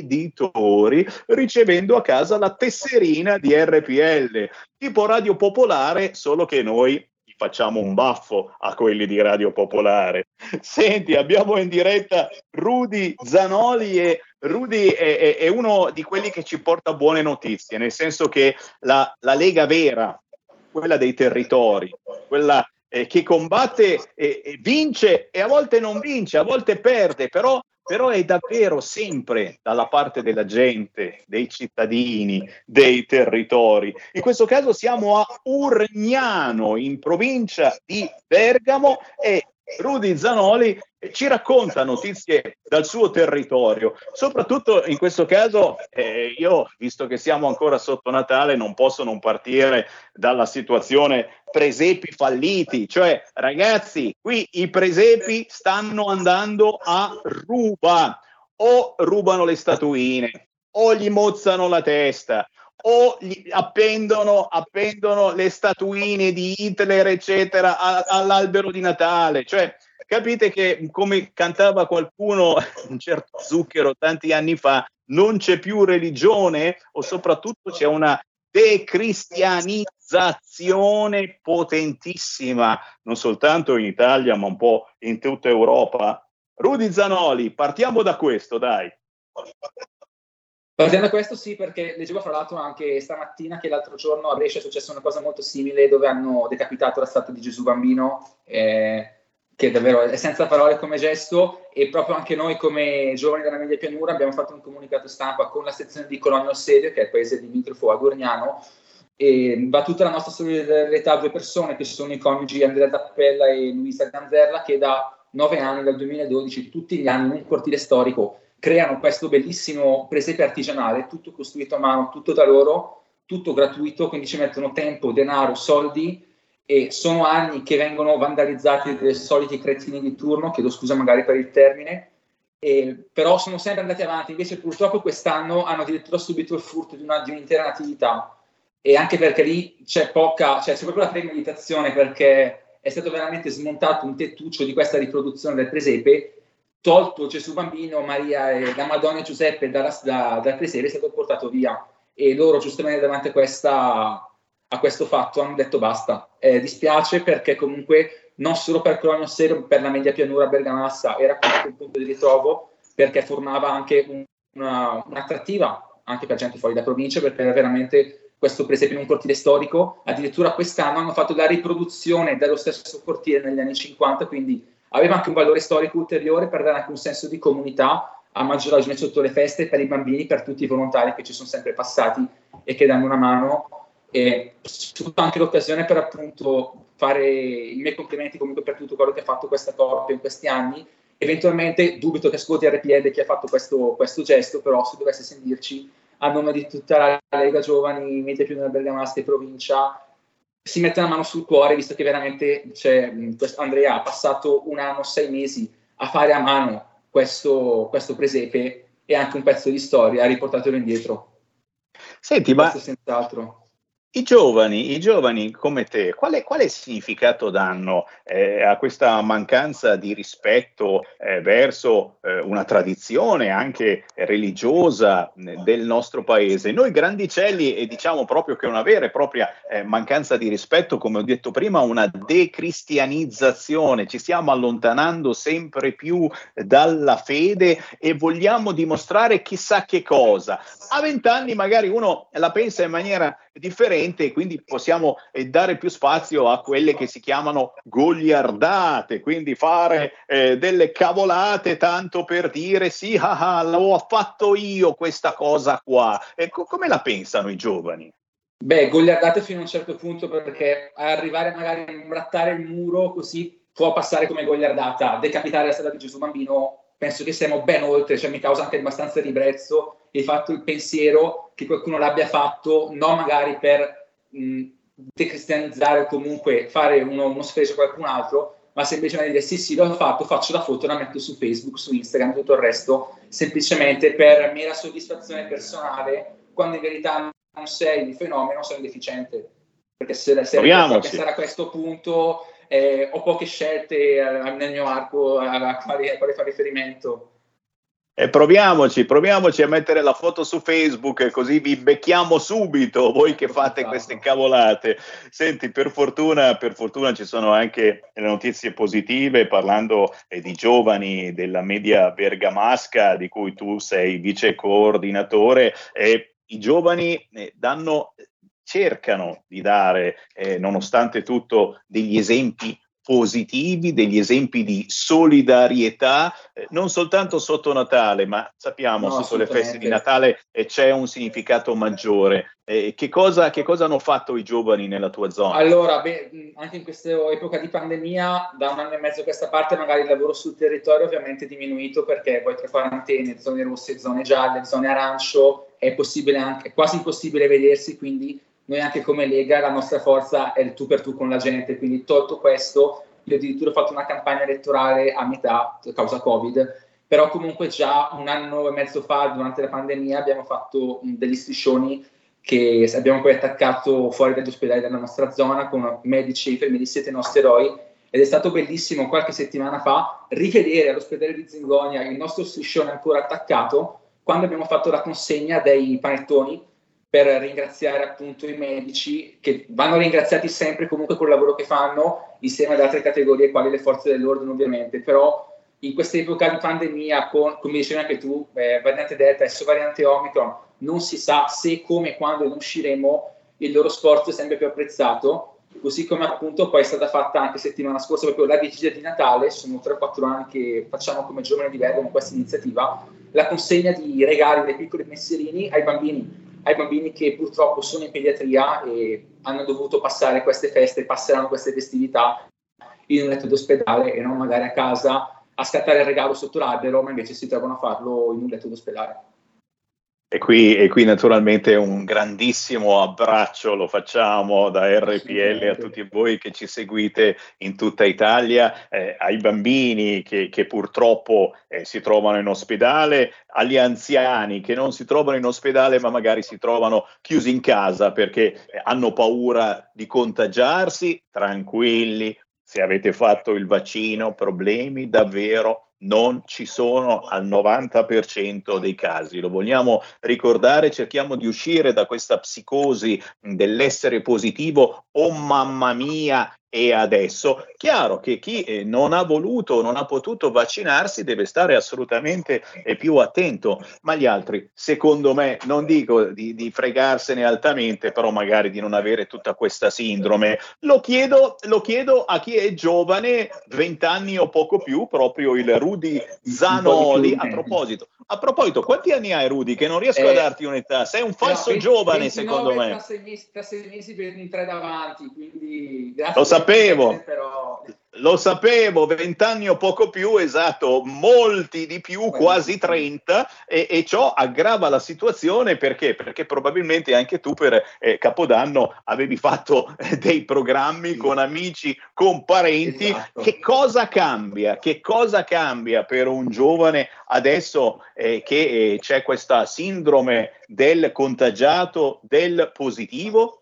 editori ricevendo a casa la tesserina di R P L, tipo Radio Popolare, solo che noi facciamo un baffo a quelli di Radio Popolare. Senti, abbiamo in diretta Rudy Zanoli e Rudy è, è, è uno di quelli che ci porta buone notizie, nel senso che la, la Lega vera, quella dei territori, quella eh, che combatte e, e vince e a volte non vince, a volte perde, però però è davvero sempre dalla parte della gente, dei cittadini, dei territori. In questo caso siamo a Urgnano, in provincia di Bergamo, e Rudy Zanoli ci racconta notizie dal suo territorio. Soprattutto in questo caso eh, io, visto che siamo ancora sotto Natale, non posso non partire dalla situazione presepi falliti. Cioè, ragazzi, qui i presepi stanno andando a ruba, o rubano le statuine, o gli mozzano la testa, o gli appendono, appendono le statuine di Hitler, eccetera, a, all'albero di Natale. Cioè, capite che, come cantava qualcuno, un certo Zucchero tanti anni fa, non c'è più religione, o soprattutto c'è una decristianizzazione potentissima, non soltanto in Italia, ma un po' in tutta Europa. Rudy Zanoli, partiamo da questo, dai. Partiamo da questo, sì, perché leggevo fra l'altro anche stamattina che l'altro giorno a Brescia è successa una cosa molto simile, dove hanno decapitato la statua di Gesù Bambino, eh, che davvero è senza parole come gesto, e proprio anche noi come giovani della Media Pianura abbiamo fatto un comunicato stampa con la sezione di Cologno Ossedio, che è il paese limitrofo a Urgnano, e va tutta la nostra solidarietà a due persone che sono i coniugi Andrea Zappella e Luisa Ganzerla, che da nove anni, dal duemiladodici, tutti gli anni in un cortile storico creano questo bellissimo presepe artigianale, tutto costruito a mano, tutto da loro, tutto gratuito, quindi ci mettono tempo, denaro, soldi, e sono anni che vengono vandalizzati dai soliti cretini di turno, chiedo scusa magari per il termine, e, però sono sempre andati avanti. Invece purtroppo quest'anno hanno addirittura subito il furto di, una, di un'intera natività, e anche perché lì c'è poca, cioè c'è proprio la premeditazione, perché è stato veramente smontato un tettuccio di questa riproduzione del presepe, tolto Gesù bambino, Maria e la Madonna e Giuseppe dalla, da, dal presepe, è stato portato via, e loro giustamente davanti a, questa, a questo fatto hanno detto basta. Eh, dispiace perché comunque non solo per Colonio Serio, per la media pianura bergamasca era comunque un punto di ritrovo, perché formava anche un, una, un'attrattiva anche per gente fuori da provincia, perché era veramente questo presepe in un cortile storico. Addirittura quest'anno hanno fatto la riproduzione dello stesso cortile negli anni cinquanta, quindi aveva anche un valore storico ulteriore per dare anche un senso di comunità, a maggior ragione sotto le feste, per i bambini, per tutti i volontari che ci sono sempre passati e che danno una mano. E sfrutto anche l'occasione per appunto fare i miei complimenti comunque per tutto quello che ha fatto questa coppia in questi anni. Eventualmente dubito che ascolti R P L chi ha fatto questo, questo gesto, però se dovesse sentirci, a nome di tutta la Lega Giovani, Media Pianura Bergamasca e Provincia, si mette la mano sul cuore, visto che veramente cioè, Andrea ha passato un anno, sei mesi a fare a mano questo, questo presepe, e anche un pezzo di storia, ha riportatelo indietro. Senti, questo ma senz'altro. I giovani, i giovani come te, quale, quale significato danno eh, a questa mancanza di rispetto eh, verso eh, una tradizione anche religiosa eh, del nostro paese? Noi grandicelli, e diciamo proprio che è una vera e propria eh, mancanza di rispetto, come ho detto prima, una decristianizzazione, ci stiamo allontanando sempre più dalla fede e vogliamo dimostrare chissà che cosa. A vent'anni magari uno la pensa in maniera differente, quindi possiamo eh, dare più spazio a quelle che si chiamano goliardate, quindi fare eh, delle cavolate tanto per dire sì, ah, ah, l'ho fatto io questa cosa qua. Ecco, come la pensano i giovani? Beh, goliardate fino a un certo punto, perché arrivare magari a imbrattare il muro così può passare come goliardata. Decapitare la strada di Gesù bambino penso che siamo ben oltre, cioè mi causa anche abbastanza ribrezzo il fatto, il pensiero che qualcuno l'abbia fatto, non magari per mh, decristianizzare o comunque fare uno, uno sfregio a qualcun altro, ma semplicemente dire sì sì l'ho fatto, faccio la foto, la metto su Facebook, su Instagram, tutto il resto, semplicemente per mera soddisfazione personale, quando in verità non sei un fenomeno, sei un deficiente. Perché se, se riesco a pensare a questo punto, eh, ho poche scelte eh, nel mio arco a, a, quale, a quale fare riferimento. E proviamoci, proviamoci a mettere la foto su Facebook, così vi becchiamo subito, voi che fate queste cavolate. Senti, per fortuna, per fortuna ci sono anche le notizie positive, parlando eh, di giovani della media bergamasca, di cui tu sei vice coordinatore, e i giovani eh, danno, cercano di dare, eh, nonostante tutto, degli esempi positivi, degli esempi di solidarietà, eh, non soltanto sotto Natale, ma sappiamo no, sotto le feste di Natale eh, c'è un significato maggiore. Eh, che cosa, che cosa hanno fatto i giovani nella tua zona? Allora, beh, anche in questa epoca di pandemia, da un anno e mezzo a questa parte, magari il lavoro sul territorio ovviamente è diminuito, perché poi tra quarantene, zone rosse, zone gialle, zone arancio, è possibile anche, è quasi impossibile vedersi, quindi noi anche come Lega la nostra forza è il tu per tu con la gente, quindi tolto questo, io addirittura ho fatto una campagna elettorale a metà causa Covid, però comunque già un anno e mezzo fa, durante la pandemia, abbiamo fatto degli striscioni che abbiamo poi attaccato fuori dagli ospedali della nostra zona con medici e infermieri, siete i nostri eroi, ed è stato bellissimo qualche settimana fa rivedere all'ospedale di Zingonia il nostro striscione ancora attaccato, quando abbiamo fatto la consegna dei panettoni per ringraziare appunto i medici, che vanno ringraziati sempre comunque col lavoro che fanno, insieme ad altre categorie quali le forze dell'ordine ovviamente, però in questa epoca di pandemia, con, come dicevi anche tu, eh, variante Delta e variante Omicron, non si sa se, come, quando ne usciremo, il loro sforzo è sempre più apprezzato, così come appunto poi è stata fatta anche settimana scorsa, proprio la vigilia di Natale, sono tre quattro anni che facciamo come Giovani di Vergamo questa iniziativa, la consegna di regali dei piccoli pensierini ai bambini, ai bambini che purtroppo sono in pediatria e hanno dovuto passare queste feste, passeranno queste festività in un letto d'ospedale e non magari a casa a scattare il regalo sotto l'albero, ma invece si trovano a farlo in un letto d'ospedale. E qui, e qui naturalmente un grandissimo abbraccio lo facciamo da R P L a tutti voi che ci seguite in tutta Italia, eh, ai bambini che, che purtroppo eh, si trovano in ospedale, agli anziani che non si trovano in ospedale ma magari si trovano chiusi in casa perché eh, hanno paura di contagiarsi. Tranquilli, se avete fatto il vaccino, problemi davvero non ci sono al novanta per cento dei casi. Lo vogliamo ricordare, cerchiamo di uscire da questa psicosi dell'essere positivo, oh mamma mia, e adesso. Chiaro che chi eh, non ha voluto, non ha potuto vaccinarsi deve stare assolutamente eh, più attento, ma gli altri, secondo me, non dico di, di fregarsene altamente, però magari di non avere tutta questa sindrome. Lo chiedo, lo chiedo a chi è giovane, vent'anni o poco più, proprio il Rudy Zanoli. A proposito, a proposito, quanti anni hai, Rudy? Che non riesco Eh, a darti un'età. Sei un falso no, giovane, ventinove, secondo me. Tra sei mesi, tra sei mesi per tre davanti, quindi grazie. Lo sapevo. Però... Lo sapevo, vent'anni o poco più, esatto, molti di più, quasi trenta, e, e ciò aggrava la situazione perché? Perché probabilmente anche tu per eh, Capodanno avevi fatto eh, dei programmi con amici, con parenti. Esatto. Che cosa cambia? Che cosa cambia per un giovane adesso eh, che eh, c'è questa sindrome del contagiato, del positivo?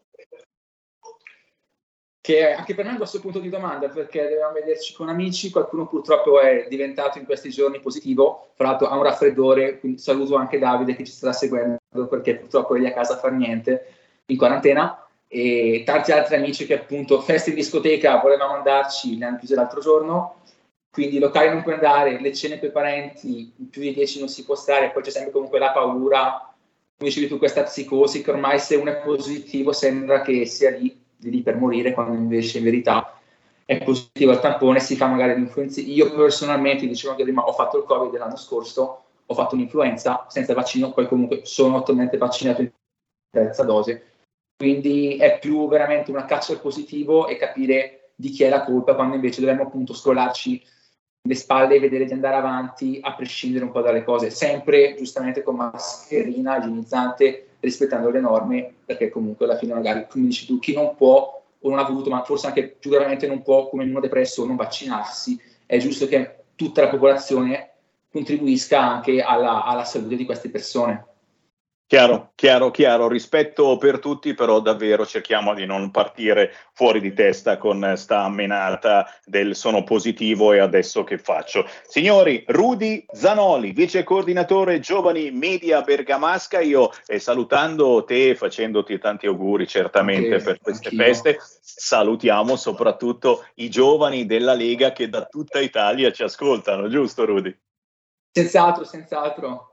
Che anche per me è un grosso punto di domanda, perché dovevamo vederci con amici, qualcuno purtroppo è diventato in questi giorni positivo, fra l'altro ha un raffreddore, quindi saluto anche Davide che ci sta seguendo, perché purtroppo è lì a casa a far niente, in quarantena, e tanti altri amici che appunto feste in discoteca volevamo andarci, le hanno chiuse l'altro giorno, quindi i locali non puoi andare, le cene con i parenti, più di dieci non si può stare, poi c'è sempre comunque la paura, come dicevi tu, questa psicosi che ormai se uno è positivo sembra che sia lì lì per morire, quando invece in verità è positivo al tampone, si fa magari l'influenza. Io personalmente, dicevo anche prima, ho fatto il Covid l'anno scorso, ho fatto un'influenza senza vaccino, poi comunque sono attualmente vaccinato in terza dose, quindi è più veramente una caccia al positivo e capire di chi è la colpa, quando invece dovremmo appunto scrollarci le spalle e vedere di andare avanti a prescindere un po' dalle cose, sempre giustamente con mascherina, igienizzante, rispettando le norme, perché comunque alla fine magari, come dici tu, chi non può o non ha voluto, ma forse anche più gravemente non può, come uno depresso, non vaccinarsi, è giusto che tutta la popolazione contribuisca anche alla, alla salute di queste persone. Chiaro, chiaro, chiaro, rispetto per tutti, però davvero cerchiamo di non partire fuori di testa con sta menata del sono positivo e adesso che faccio. Signori, Rudy Zanoli, vice coordinatore Giovani Media Bergamasca, io eh, salutando te, facendoti tanti auguri certamente Anche, per queste anch'io. feste, salutiamo soprattutto i giovani della Lega che da tutta Italia ci ascoltano, giusto Rudy? Senz'altro, senz'altro.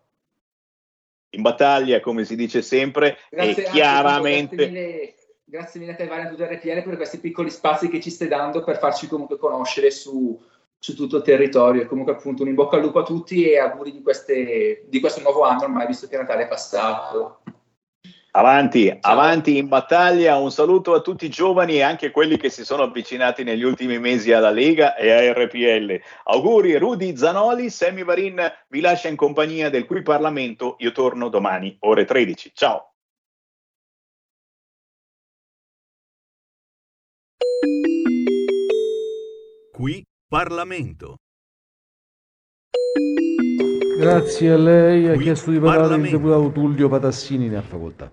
In battaglia, come si dice sempre, Grazie, e chiaramente... Grazie mille, grazie mille a te, Variant R P L, per questi piccoli spazi che ci stai dando per farci comunque conoscere su, su tutto il territorio. E comunque appunto un in bocca al lupo a tutti e auguri di, queste, di questo nuovo anno, ormai visto che Natale è passato. Avanti, Ciao. avanti in battaglia, un saluto a tutti i giovani e anche quelli che si sono avvicinati negli ultimi mesi alla Lega e a R P L. Auguri Rudy Zanoli, Sammy Varin vi lascia in compagnia del Qui Parlamento, io torno domani ore tredici. Ciao. Qui Parlamento. Grazie a lei, ha Qui chiesto di parlare il Parlamento. deputato Tullio Patassini, ne ha facoltà.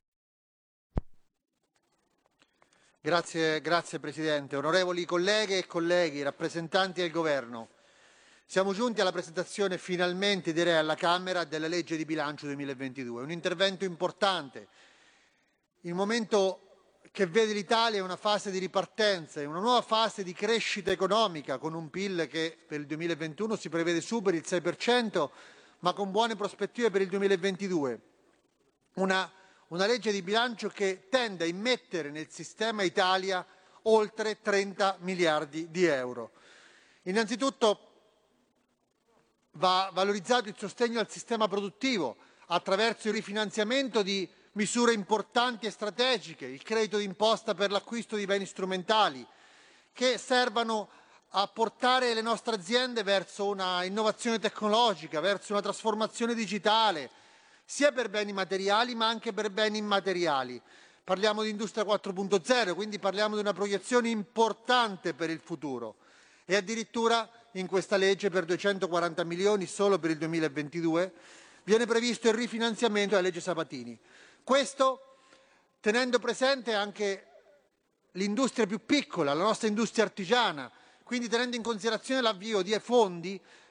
Grazie, grazie Presidente, onorevoli colleghe e colleghi, rappresentanti del Governo. Siamo giunti alla presentazione finalmente, direi alla Camera, della legge di bilancio duemilaventidue. Un intervento importante, il momento che vede l'Italia in una fase di ripartenza, in una nuova fase di crescita economica, con un P I L che per il duemilaventuno si prevede superi il sei per cento, ma con buone prospettive per il duemilaventidue. Una Una legge di bilancio che tende a immettere nel sistema Italia oltre trenta miliardi di euro. Innanzitutto va valorizzato il sostegno al sistema produttivo attraverso il rifinanziamento di misure importanti e strategiche, il credito d'imposta per l'acquisto di beni strumentali, che servano a portare le nostre aziende verso una innovazione tecnologica, verso una trasformazione digitale, sia per beni materiali ma anche per beni immateriali. Parliamo di Industria quattro punto zero, quindi parliamo di una proiezione importante per il futuro e addirittura in questa legge per duecentoquaranta milioni solo per il duemilaventidue viene previsto il rifinanziamento della legge Sabatini. Questo tenendo presente anche l'industria più piccola, la nostra industria artigiana, quindi tenendo in considerazione l'avvio di fondi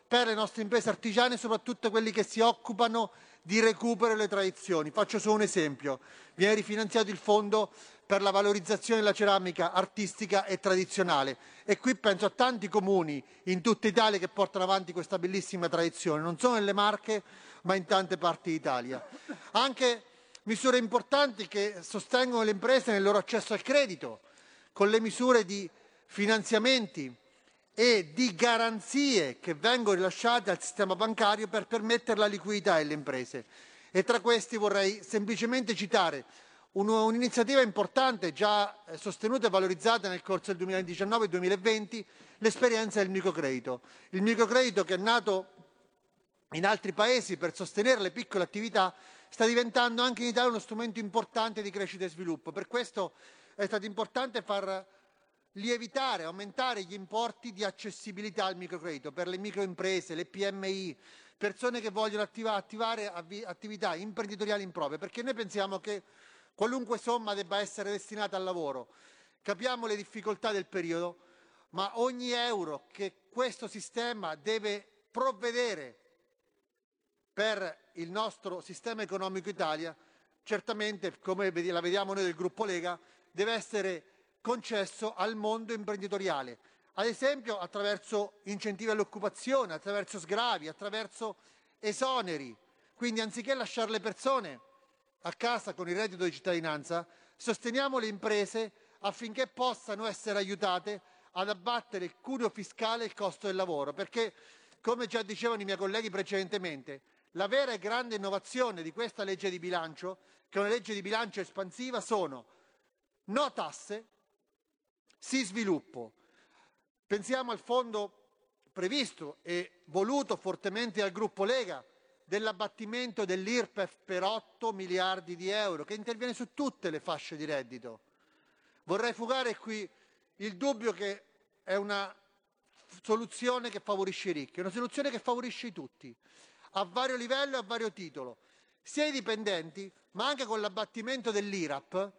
per le nostre imprese artigiane, soprattutto quelli che si occupano di recupero delle tradizioni. Faccio solo un esempio: viene rifinanziato il fondo per la valorizzazione della ceramica artistica e tradizionale, e qui penso a tanti comuni in tutta Italia che portano avanti questa bellissima tradizione, non solo nelle Marche ma in tante parti d'Italia. Anche misure importanti che sostengono le imprese nel loro accesso al credito, con le misure di finanziamenti e di garanzie che vengono rilasciate al sistema bancario per permettere la liquidità delle imprese. E tra questi vorrei semplicemente citare un'iniziativa importante già sostenuta e valorizzata nel corso del duemiladiciannove duemilaventi, l'esperienza del microcredito. Il microcredito, che è nato in altri paesi per sostenere le piccole attività, sta diventando anche in Italia uno strumento importante di crescita e sviluppo. Per questo è stato importante far lievitare, aumentare gli importi di accessibilità al microcredito per le microimprese, le P M I, persone che vogliono attiva, attivare avvi, attività imprenditoriali improprie, perché noi pensiamo che qualunque somma debba essere destinata al lavoro. Capiamo le difficoltà del periodo, ma ogni euro che questo sistema deve provvedere per il nostro sistema economico Italia, certamente, come la vediamo noi del gruppo Lega, deve essere concesso al mondo imprenditoriale, ad esempio attraverso incentivi all'occupazione, attraverso sgravi, attraverso esoneri. Quindi, anziché lasciare le persone a casa con il reddito di cittadinanza, sosteniamo le imprese affinché possano essere aiutate ad abbattere il cuneo fiscale e il costo del lavoro, perché, come già dicevano i miei colleghi precedentemente, la vera e grande innovazione di questa legge di bilancio, che è una legge di bilancio espansiva, sono no tasse, sì sviluppo. Pensiamo al fondo previsto e voluto fortemente dal gruppo Lega dell'abbattimento dell'I R P E F per otto miliardi di euro, che interviene su tutte le fasce di reddito. Vorrei fugare qui il dubbio che è una soluzione che favorisce i ricchi, è una soluzione che favorisce tutti, a vario livello e a vario titolo, sia i dipendenti, ma anche con l'abbattimento dell'I R A P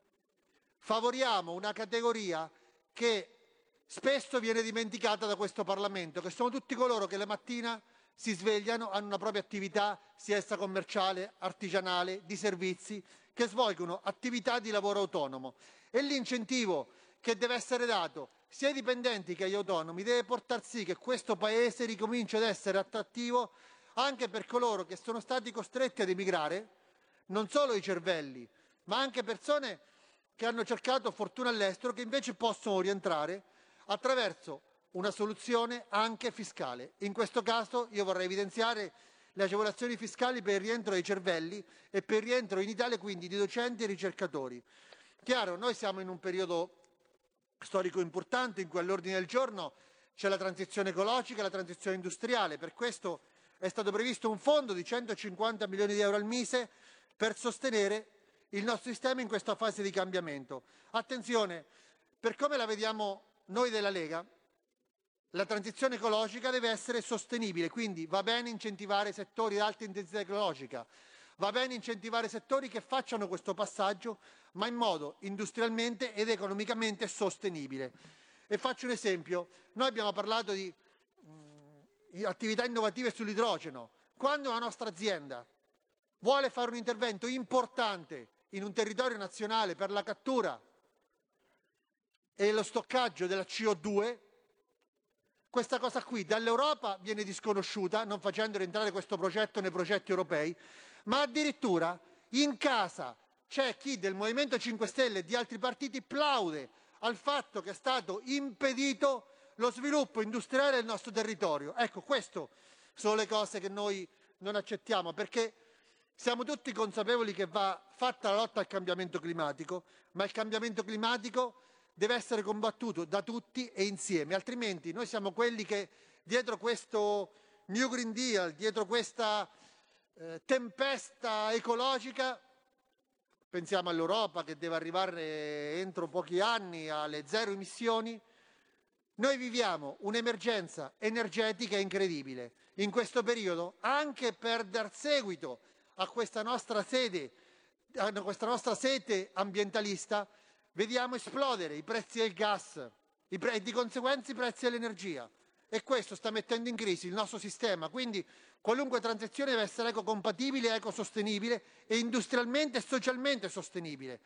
favoriamo una categoria che spesso viene dimenticata da questo Parlamento, che sono tutti coloro che la mattina si svegliano, hanno una propria attività, sia essa commerciale, artigianale, di servizi, che svolgono attività di lavoro autonomo. E l'incentivo che deve essere dato sia ai dipendenti che agli autonomi deve portar sì che questo Paese ricominci ad essere attrattivo anche per coloro che sono stati costretti ad emigrare, non solo i cervelli, ma anche persone che hanno cercato fortuna all'estero, che invece possono rientrare attraverso una soluzione anche fiscale. In questo caso io vorrei evidenziare le agevolazioni fiscali per il rientro dei cervelli e per il rientro in Italia quindi di docenti e ricercatori. Chiaro, noi siamo in un periodo storico importante in cui all'ordine del giorno c'è la transizione ecologica e la transizione industriale. Per questo è stato previsto un fondo di centocinquanta milioni di euro al Mise per sostenere il nostro sistema in questa fase di cambiamento. Attenzione, per come la vediamo noi della Lega, la transizione ecologica deve essere sostenibile, quindi va bene incentivare settori ad alta intensità ecologica, va bene incentivare settori che facciano questo passaggio, ma in modo industrialmente ed economicamente sostenibile. E faccio un esempio: noi abbiamo parlato di mh, attività innovative sull'idrogeno. Quando una nostra azienda vuole fare un intervento importante in un territorio nazionale per la cattura e lo stoccaggio della C O due, questa cosa qui dall'Europa viene disconosciuta, non facendo rientrare questo progetto nei progetti europei, ma addirittura in casa c'è chi del Movimento cinque Stelle e di altri partiti plaude al fatto che è stato impedito lo sviluppo industriale del nostro territorio. Ecco, queste sono le cose che noi non accettiamo, perché siamo tutti consapevoli che va fatta la lotta al cambiamento climatico, ma il cambiamento climatico deve essere combattuto da tutti e insieme, altrimenti noi siamo quelli che dietro questo New Green Deal, dietro questa eh, tempesta ecologica, pensiamo all'Europa che deve arrivare entro pochi anni alle zero emissioni, noi viviamo un'emergenza energetica incredibile. In questo periodo, anche per dar seguito a questa nostra sede, a questa nostra sete ambientalista, vediamo esplodere i prezzi del gas e di conseguenza i prezzi dell'energia. e questo sta mettendo in crisi il nostro sistema, quindi qualunque transizione deve essere ecocompatibile, ecosostenibile e industrialmente e socialmente sostenibile.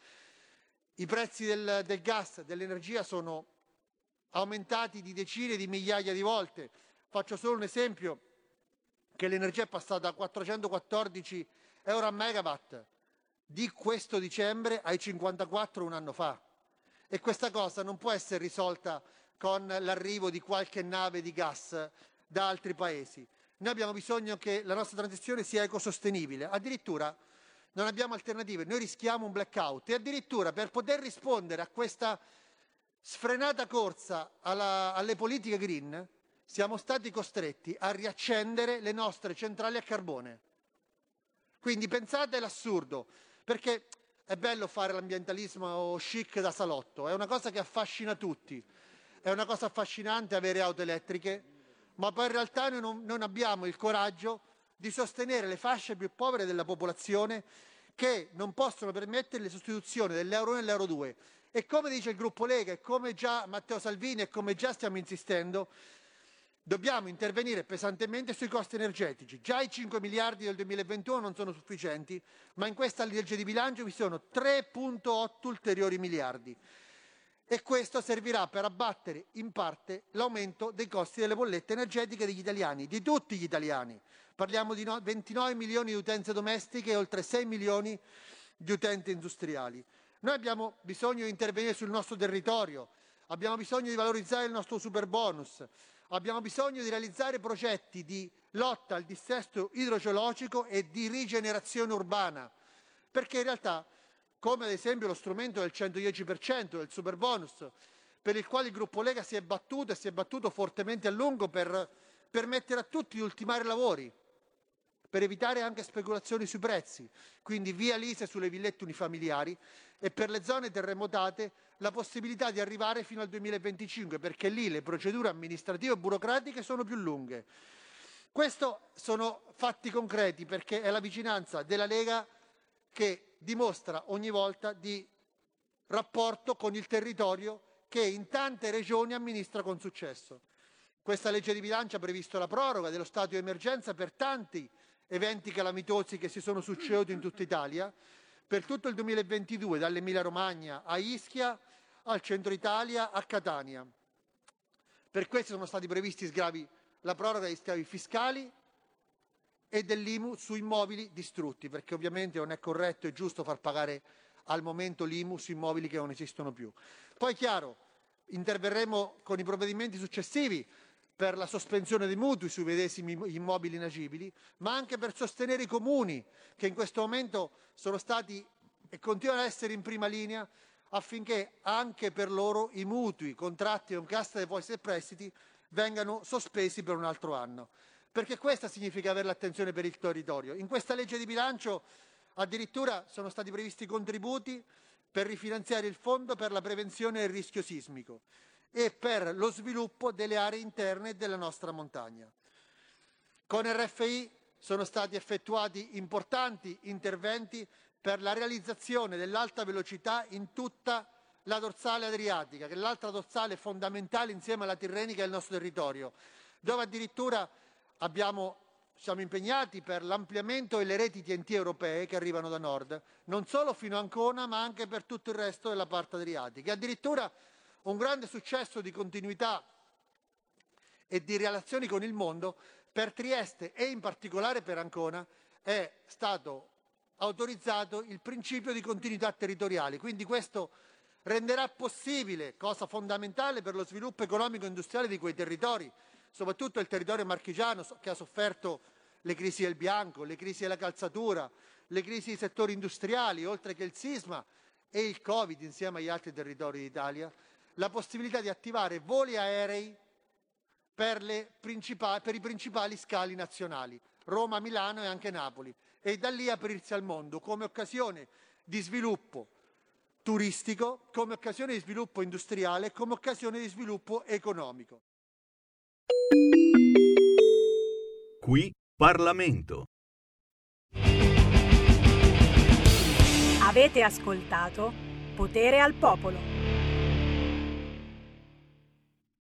I prezzi del, del gas, dell'energia sono aumentati di decine di migliaia di volte. Faccio solo un esempio, che l'energia è passata da quattrocentoquattordici euro a megawatt di questo dicembre ai cinquantaquattro un anno fa. E questa cosa non può essere risolta con l'arrivo di qualche nave di gas da altri paesi. Noi abbiamo bisogno che la nostra transizione sia ecosostenibile, addirittura non abbiamo alternative, noi rischiamo un blackout e addirittura per poter rispondere a questa sfrenata corsa alla, alle politiche green siamo stati costretti a riaccendere le nostre centrali a carbone. Quindi pensate all'assurdo, perché è bello fare l'ambientalismo chic da salotto, è una cosa che affascina tutti, è una cosa affascinante avere auto elettriche, ma poi in realtà noi non, non abbiamo il coraggio di sostenere le fasce più povere della popolazione che non possono permettere le sostituzioni dell'euro uno e dell'euro due. E come dice il gruppo Lega e come già Matteo Salvini e come già stiamo insistendo, dobbiamo intervenire pesantemente sui costi energetici. Già i cinque miliardi del duemilaventuno non sono sufficienti, ma in questa legge di bilancio vi sono tre virgola otto ulteriori miliardi. E questo servirà per abbattere in parte l'aumento dei costi delle bollette energetiche degli italiani, di tutti gli italiani. Parliamo di ventinove milioni di utenze domestiche e oltre sei milioni di utenti industriali. Noi abbiamo bisogno di intervenire sul nostro territorio, abbiamo bisogno di valorizzare il nostro superbonus, abbiamo bisogno di realizzare progetti di lotta al dissesto idrogeologico e di rigenerazione urbana, perché in realtà, come ad esempio lo strumento del centodieci per cento del superbonus, per il quale il gruppo Lega si è battuto e si è battuto fortemente a lungo per permettere a tutti di ultimare i lavori, per evitare anche speculazioni sui prezzi, quindi via l'I S E sulle villette unifamiliari e per le zone terremotate la possibilità di arrivare fino al duemilaventicinque, perché lì le procedure amministrative e burocratiche sono più lunghe. Questi sono fatti concreti, perché è la vicinanza della Lega che dimostra ogni volta di rapporto con il territorio che in tante regioni amministra con successo. Questa legge di bilancio ha previsto la proroga dello stato di emergenza per tanti eventi calamitosi che si sono succeduti in tutta Italia, per tutto il duemilaventidue, dall'Emilia Romagna a Ischia, al centro Italia, a Catania. Per questo sono stati previsti sgravi, la proroga degli sgravi fiscali e dell'I M U su immobili distrutti, perché ovviamente non è corretto e giusto far pagare al momento l'I M U su immobili che non esistono più. Poi chiaro, interverremo con i provvedimenti successivi per la sospensione dei mutui sui medesimi immobili inagibili, ma anche per sostenere i comuni che in questo momento sono stati e continuano ad essere in prima linea affinché anche per loro i mutui, contratti con Cassa Depositi e Prestiti vengano sospesi per un altro anno. Perché questo significa avere l'attenzione per il territorio. In questa legge di bilancio addirittura sono stati previsti contributi per rifinanziare il fondo per la prevenzione del rischio sismico e per lo sviluppo delle aree interne della nostra montagna. Con R F I sono stati effettuati importanti interventi per la realizzazione dell'alta velocità in tutta la dorsale adriatica, che è l'altra dorsale fondamentale insieme alla tirrenica del nostro territorio, dove addirittura abbiamo, siamo impegnati per l'ampliamento delle reti T N T europee che arrivano da nord, non solo fino a Ancona ma anche per tutto il resto della parte adriatica. Addirittura un grande successo di continuità e di relazioni con il mondo per Trieste e in particolare per Ancona è stato autorizzato il principio di continuità territoriali, quindi questo renderà possibile, cosa fondamentale per lo sviluppo economico e industriale di quei territori, soprattutto il territorio marchigiano che ha sofferto le crisi del bianco, le crisi della calzatura, le crisi dei settori industriali, oltre che il sisma e il Covid insieme agli altri territori d'Italia, la possibilità di attivare voli aerei per, le principali, per i principali scali nazionali, Roma, Milano e anche Napoli, e da lì aprirsi al mondo come occasione di sviluppo turistico, come occasione di sviluppo industriale e come occasione di sviluppo economico. Qui Parlamento. Avete ascoltato Potere al Popolo.